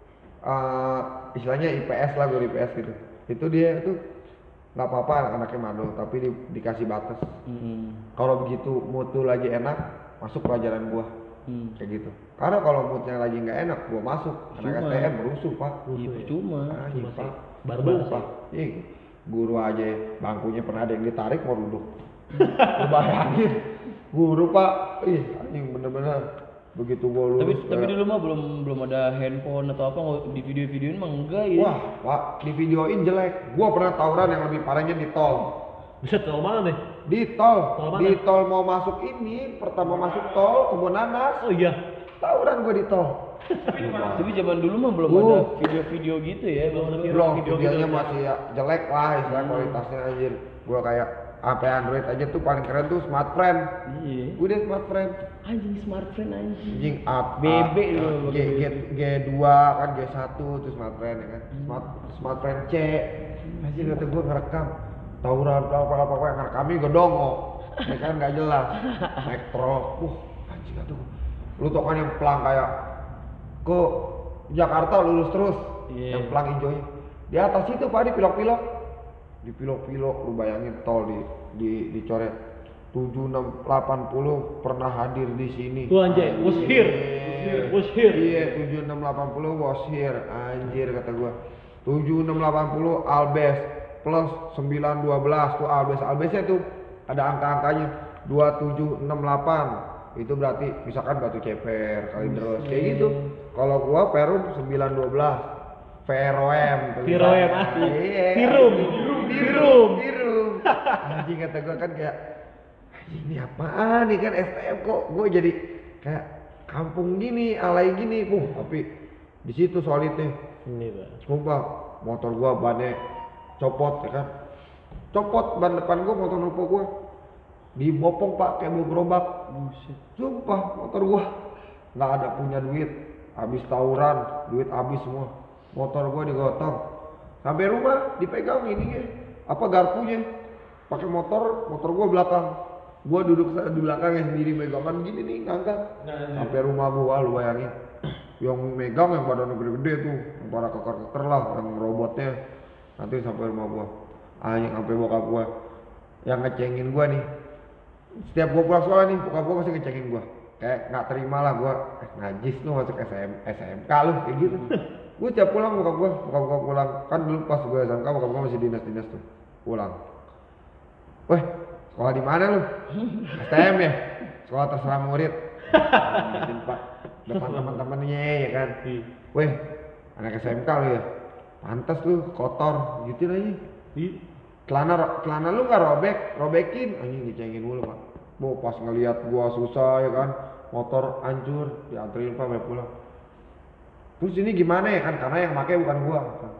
uh, istilahnya I P S lah, guru I P S gitu. Itu dia tuh nggak apa-apa anak-anaknya madol, tapi di, dikasih batas. Hmm. Kalau begitu mutu lagi enak, masuk pelajaran gua. Hmm. Kayak gitu. Karena kalau moodnya lagi nggak enak, gua masuk. Anak S T M rusuh Pak. Iya cuma. Ah, cuma Pak. Barbar Pak. Ih, guru aja bangkunya pernah ada yang ditarik mau duduk. Lu bayangin. Guru Pak, ih anjing bener-bener begitu gua lulus. Tapi kayak... tapi dulu mah belum belum ada handphone atau apa di video-videoin mah enggak ya. Wah, Pak, di videoin jelek. Gua pernah tawuran yang lebih parahnya di tol. Bisa tol mana nih? Di tol. Tol mana? Di tol mau masuk ini, pertama masuk tol Kebun Nanas. Oh iya. Tawuran gua di tol. Tapi zaman dulu mah belum uh. ada video-video gitu ya, belum ada Belum, video videonya gitu. masih ya, jelek lah istilah hmm. kualitasnya anjir. Gua kayak H P Android aja tuh paling keren tuh Smart Friend. Iya. Udah Smart Friend. Anjing Smart Friend anjing. Anjing up. B B dulu. G G G dua kan G satu tuh Smart Friend ya kan. Smart Smart Friend C. Anjir kata gua ngerekam tawuran apa apa apa ngerekamnya gedongo. Ya kan enggak jelas. Naik truk. Uh, anjing kata gua. Lu tau kan yang pelang kayak ke Jakarta lulus terus. Yeah. Yang pelang hijaunya. Di atas itu Pak di pilok-pilok. Di pilok-pilok lu bayangin tol di di dicoret tujuh enam delapan puluh pernah hadir di sini. Tuh anjay, was here. Was here. Iya, tujuh enam delapan puluh was here. Anjir kata gua. tujuh enam delapan puluh Albes plus sembilan dua belas tuh Albes. Albesnya tuh ada angka-angkanya dua tujuh enam delapan. Itu berarti misalkan Batu Ceper, Kalideres kayak gitu. Kalau gua Perum sembilan dua belas. Veroem, Veroem asli. Iya. Virum, Virum, Virum. Anjing kata gua kan kayak anjing ini apaan nih kan S T M kok gua jadi kayak kampung gini, alay gini. Uh, tapi di situ solidnya. Ini Pak. Sumpah, motor gua bannya copot ya kan. Copot ban depan gua, motor numpuk gua. Dibopong Pak kayak mau gerobak. Buset. Sumpah, motor gua nggak ada punya duit. Habis tawuran, duit habis semua. Motor gua digotong. Sampai rumah dipegang ininya, apa garpunya. Pakai motor, motor gua belakang. Gua duduk di belakangnya sendiri megangan gini nih ngangkat. Nah, sampai rumah gua lu bayangin. Yang megang yang badannya gede-gede tuh, yang para keker-keker lah, yang robotnya. Nanti sampai rumah gua. Anjing sampai bokap gua yang ngecengin gua nih. Setiap gua pulang sekolah nih, bokap gua masih ngecengin gua. Kayak nggak terima lah gua, eh, najis lu masuk S M S M K lu kayak gitu. Gue tiap pulang bokap gue, bokap gue pulang kan dulu pas gue S M K bokap gue masih dinas-dinas tuh pulang. Weh, sekolah di mana lu? S T M ya? Sekolah terserah murid. Ngeliatin Pak, depan teman-temannya ya kan. Weh, anak S M K lu ya? Pantas lu kotor, gitu aja. Celana celana lu nggak robek, robekin, anjing dicengin mulu Pak. Bo pas ngelihat gua susah ya kan, motor hancur, dianterin Pak sampai pulang. Terus ini gimana ya kan, karena yang pakai bukan gua.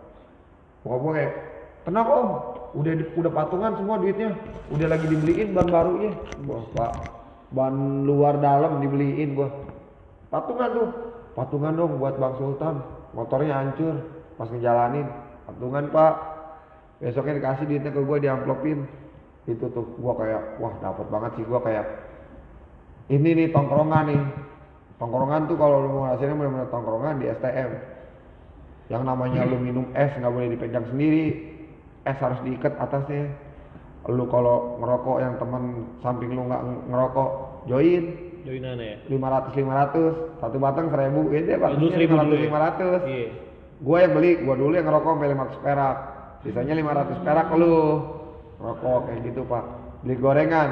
Bokap gua kayak, tenang om, udah udah patungan semua duitnya, udah lagi dibeliin ban barunya. Wah Pak, ban luar dalam dibeliin gua. Patungan tuh, patungan dong buat Bang Sultan, motornya hancur, pas ngejalanin, patungan Pak. Besoknya dikasih duitnya ke gua diamplopin. Itu tuh gua kayak, wah dapet banget sih gua kayak, ini nih tongkrongan nih. Tongkrongan tuh kalau lu mau ngasihin bener-bener tongkrongan di S T M. Yang namanya lu minum es nggak boleh dipegang sendiri, es harus diikat atasnya. Lu kalau ngerokok yang teman samping lu nggak ngerokok, join. Joinan ya. lima ratus lima ratus, satu batang seribu, ini pak. Dulu seribu dulu ya. lima ratus. Iya. Gua yang beli, gua dulu yang ngerokok sampai lima ratus perak. Sisanya lima ratus perak lu ngerokok kayak gitu pak. Beli gorengan,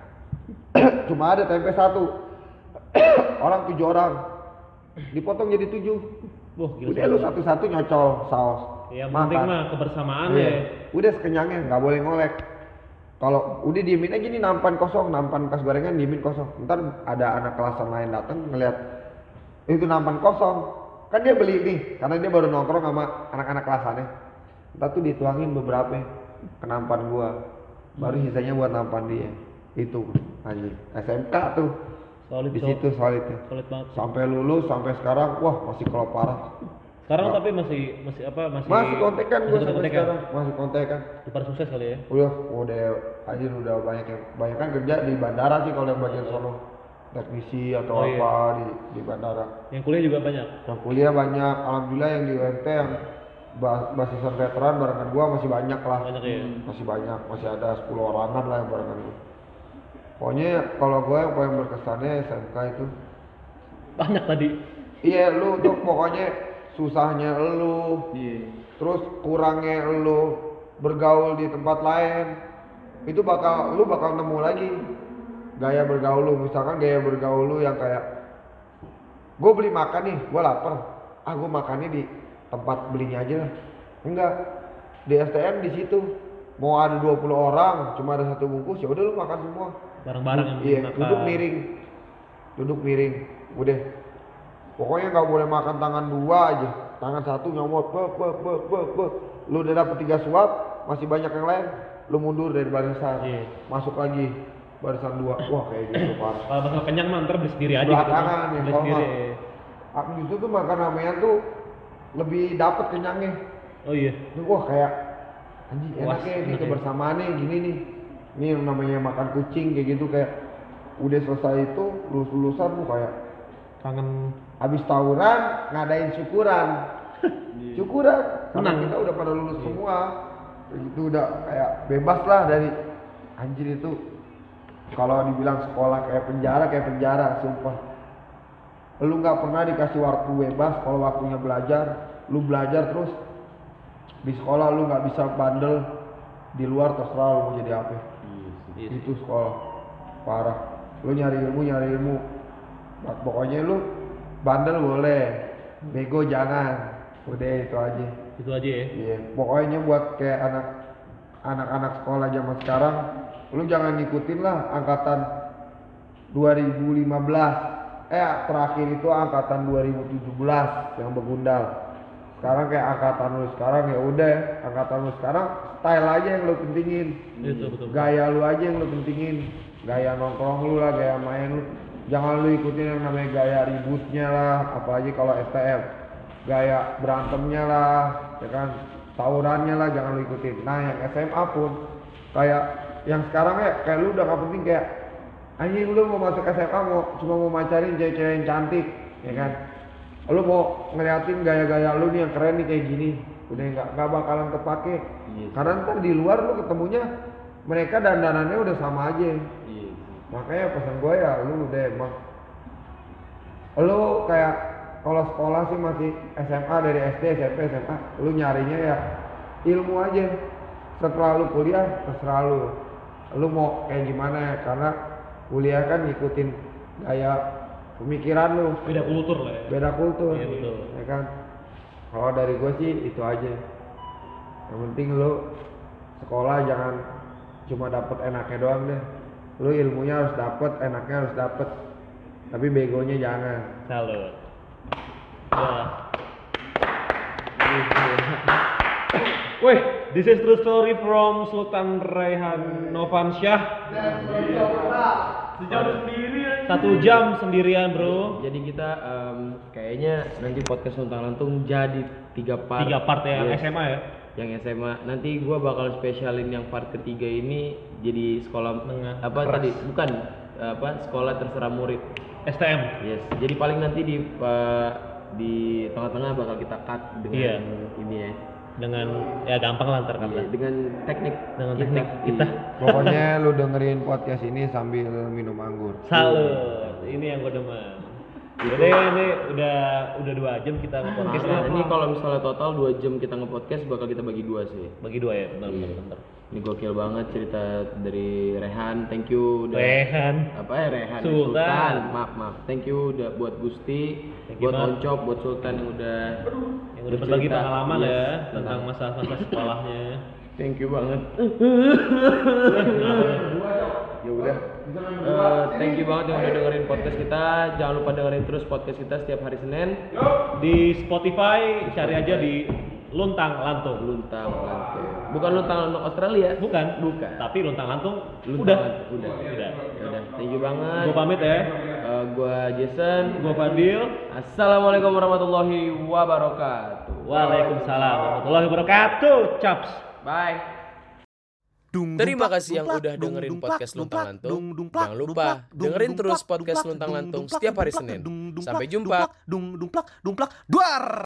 cuma ada tempe satu. Orang tujuh orang dipotong jadi tujuh. Wah, gila. Udah lu satu-satu nyocol saus. Ya, penting mah kebersamaan ya. Udah sekenyangnya, nggak boleh ngolek. Kalau udah diemin aja nih nampan kosong, nampan bekas gorengan diemin kosong. Ntar ada anak kelasan lain datang ngeliat itu nampan kosong. Kan dia beli nih, karena dia baru nongkrong sama anak-anak kelasannya. Ntar tuh dituangin beberapa ke nampan gua. Baru sisanya buat nampan dia. Itu anjing. S M K tuh. Solid, Di situ solidnya. solid banget. Sampai lulus sampai sekarang wah masih kalau parah. Sekarang Nah. tapi masih masih apa masih Masih kontekan gua masih sampai kontekan? sekarang. Masih kontekan. Depan sukses kali ya. Udah, udah aja udah banyak yang banyak kan kerja di bandara sih kalau yang bagian sono. Teknisi atau Oh, iya. apa di di bandara. Yang kuliah juga banyak. Yang kuliah banyak, alhamdulillah yang di U M T yang bas- basisan veteran barengan gua masih banyak lah. Banyak ya. Masih banyak, masih ada sepuluh orangan lah yang barengan gua. Pokoknya kalau gua yang paling berkesannya S M K itu. Banyak tadi. Iya, lu tuh pokoknya susahnya lu, Iya. terus kurangnya lu bergaul di tempat lain. Itu bakal lu bakal nemu lagi gaya bergaul lu. Misalkan gaya bergaul lu yang kayak gue beli makan nih, gue lapar, ah gue makannya di tempat belinya aja lah. Enggak, di S T M di situ mau ada dua puluh orang cuma ada satu bungkus, ya udah lu makan semua Bareng-bareng yang iya makan. duduk miring duduk miring udah pokoknya nggak boleh makan tangan dua aja, tangan satu nyomot be be be be be. Lu udah dapet tiga suap masih banyak yang lain, lu mundur dari barisan, Iya. masuk lagi barisan dua, wah kayak gitu parah. Kalau masalah kenyang mah ntar beli sendiri aja Belakangan gitu. nih, Beli kalau sendiri. nggak- aku justru tuh makan ramean tuh lebih dapet kenyangnya. Oh iya. Ini wah kayak anjing Puas, enaknya ini enak ya. kebersamaannya gini nih. Ini yang namanya makan kucing kayak gitu kayak udah selesai itu lulus-lulusan tuh kayak Kangen. habis tawuran ngadain syukuran. Syukuran karena Menang. kita udah pada lulus semua. Itu udah kayak bebas lah dari anjir itu. Kalau dibilang sekolah kayak penjara kayak penjara sumpah. Lu nggak pernah dikasih waktu bebas kalau waktunya belajar, lu belajar terus di sekolah lu nggak bisa bandel, di luar terserah lu mau jadi apa. Iya sih. Itu sekolah parah. Lu nyari ilmu nyari ilmu. Nah, pokoknya lu bandel boleh, bego jangan. Udah itu aja. Itu aja ya. Iya. Pokoknya buat kayak anak anak-anak sekolah zaman sekarang, lu jangan ngikutin lah angkatan dua ribu lima belas. Eh terakhir itu angkatan dua ribu tujuh belas yang begundal. Sekarang kayak angkatan lu sekarang ya udah, angkatan lu sekarang style aja yang lu pentingin. Itu betul. Gaya lu aja yang lu pentingin. Gaya nongkrong lu lah, gaya main lu. Jangan lu ikutin yang namanya gaya ributnya lah, apalagi kalau S T M. Gaya berantemnya lah, ya kan, tawurannya lah jangan lu ikutin. Nah yang S M A pun kayak yang sekarang ya kayak lu udah gak penting kayak anjing lu mau masuk S M A mau cuma mau macarin cewek-cewek yang cantik, ya kan. Lu mau ngeliatin gaya-gaya lu nih yang keren nih kayak gini, udah nggak nggak bakalan kepake. Iya. Karena ntar di luar lu ketemunya mereka dandanannya udah sama aja. Iya. Makanya pesan gue ya lu udah emang lu kayak kalau sekolah sih masih S M A dari S D, S M P, S M A, lu nyarinya ya ilmu aja. Setelah lu kuliah terserah lu. Lu mau kayak gimana ya? Karena kuliah kan ngikutin gaya pemikiran lu. Beda kultur lah ya. Beda kultur. Iya, betul. Ya kan? Kalau dari gue sih itu aja. Yang penting lu sekolah jangan cuma dapet enaknya doang deh. Lu ilmunya harus dapet, enaknya harus dapet. Tapi begonya jangan. Salut. Ya. Wih, this is true story from Sultan Rehan Novansyah. Sejam sendiri. Satu jam sendirian bro. Jadi kita em, kayaknya nanti podcast Luntang Lantung jadi tiga part. Tiga part ya, Yes. S M A ya. Yang S M A. Nanti gua bakal spesialin yang part ketiga ini jadi sekolah Menengah apa keras. tadi? Bukan apa sekolah terserah murid. S T M. Yes. Jadi paling nanti di pa- di tengah-tengah bakal kita cut dengan Iya. ini ya. Dengan ya gampang lah ntar Iya, kata. dengan teknik Dengan teknik kita. Iya. Pokoknya lu dengerin podcast ini sambil minum anggur. Salut. Ini yang gue demen. Jadi ini udah udah dua jam kita nge-podcast Nah, nih. ini kalau misalnya total dua jam kita nge-podcast bakal kita bagi dua sih. Bagi dua ya, benar benar benar. Ini gokil banget cerita dari Rehan. Thank you udah Rehan. apa ya Rehan Sultan. Maaf maaf. Thank you udah buat Gusti, Thank you, buat Bang. Oncop, buat Sultan yang udah Yang udah berbagi bercerita. pengalaman Yes, ya tentang masa-masa sekolahnya. Thank you banget. Ya udah. Eh, thank you banget yang udah dengerin podcast kita. Jangan lupa dengerin terus podcast kita setiap hari Senin. Di Spotify cari aja di Luntang Lantung. Luntang lantung. Bukan luntang lantung Australia. Bukan, Bukan. Tapi Luntang Lantung Luntang udah. lantung. Udah. Udah. Ya udah. Thank you banget. Gue pamit ya. Eh, gua Jason. Gue Fadil. Assalamualaikum warahmatullahi wabarakatuh. Waalaikumsalam warahmatullahi wabarakatuh. Caps. Bye. Terima kasih yang udah dengerin podcast Luntang Lantung. Jangan lupa dengerin terus podcast Luntang Lantung setiap hari Senin. Sampai jumpa. Dumplak, dumplak, dumplak, duar.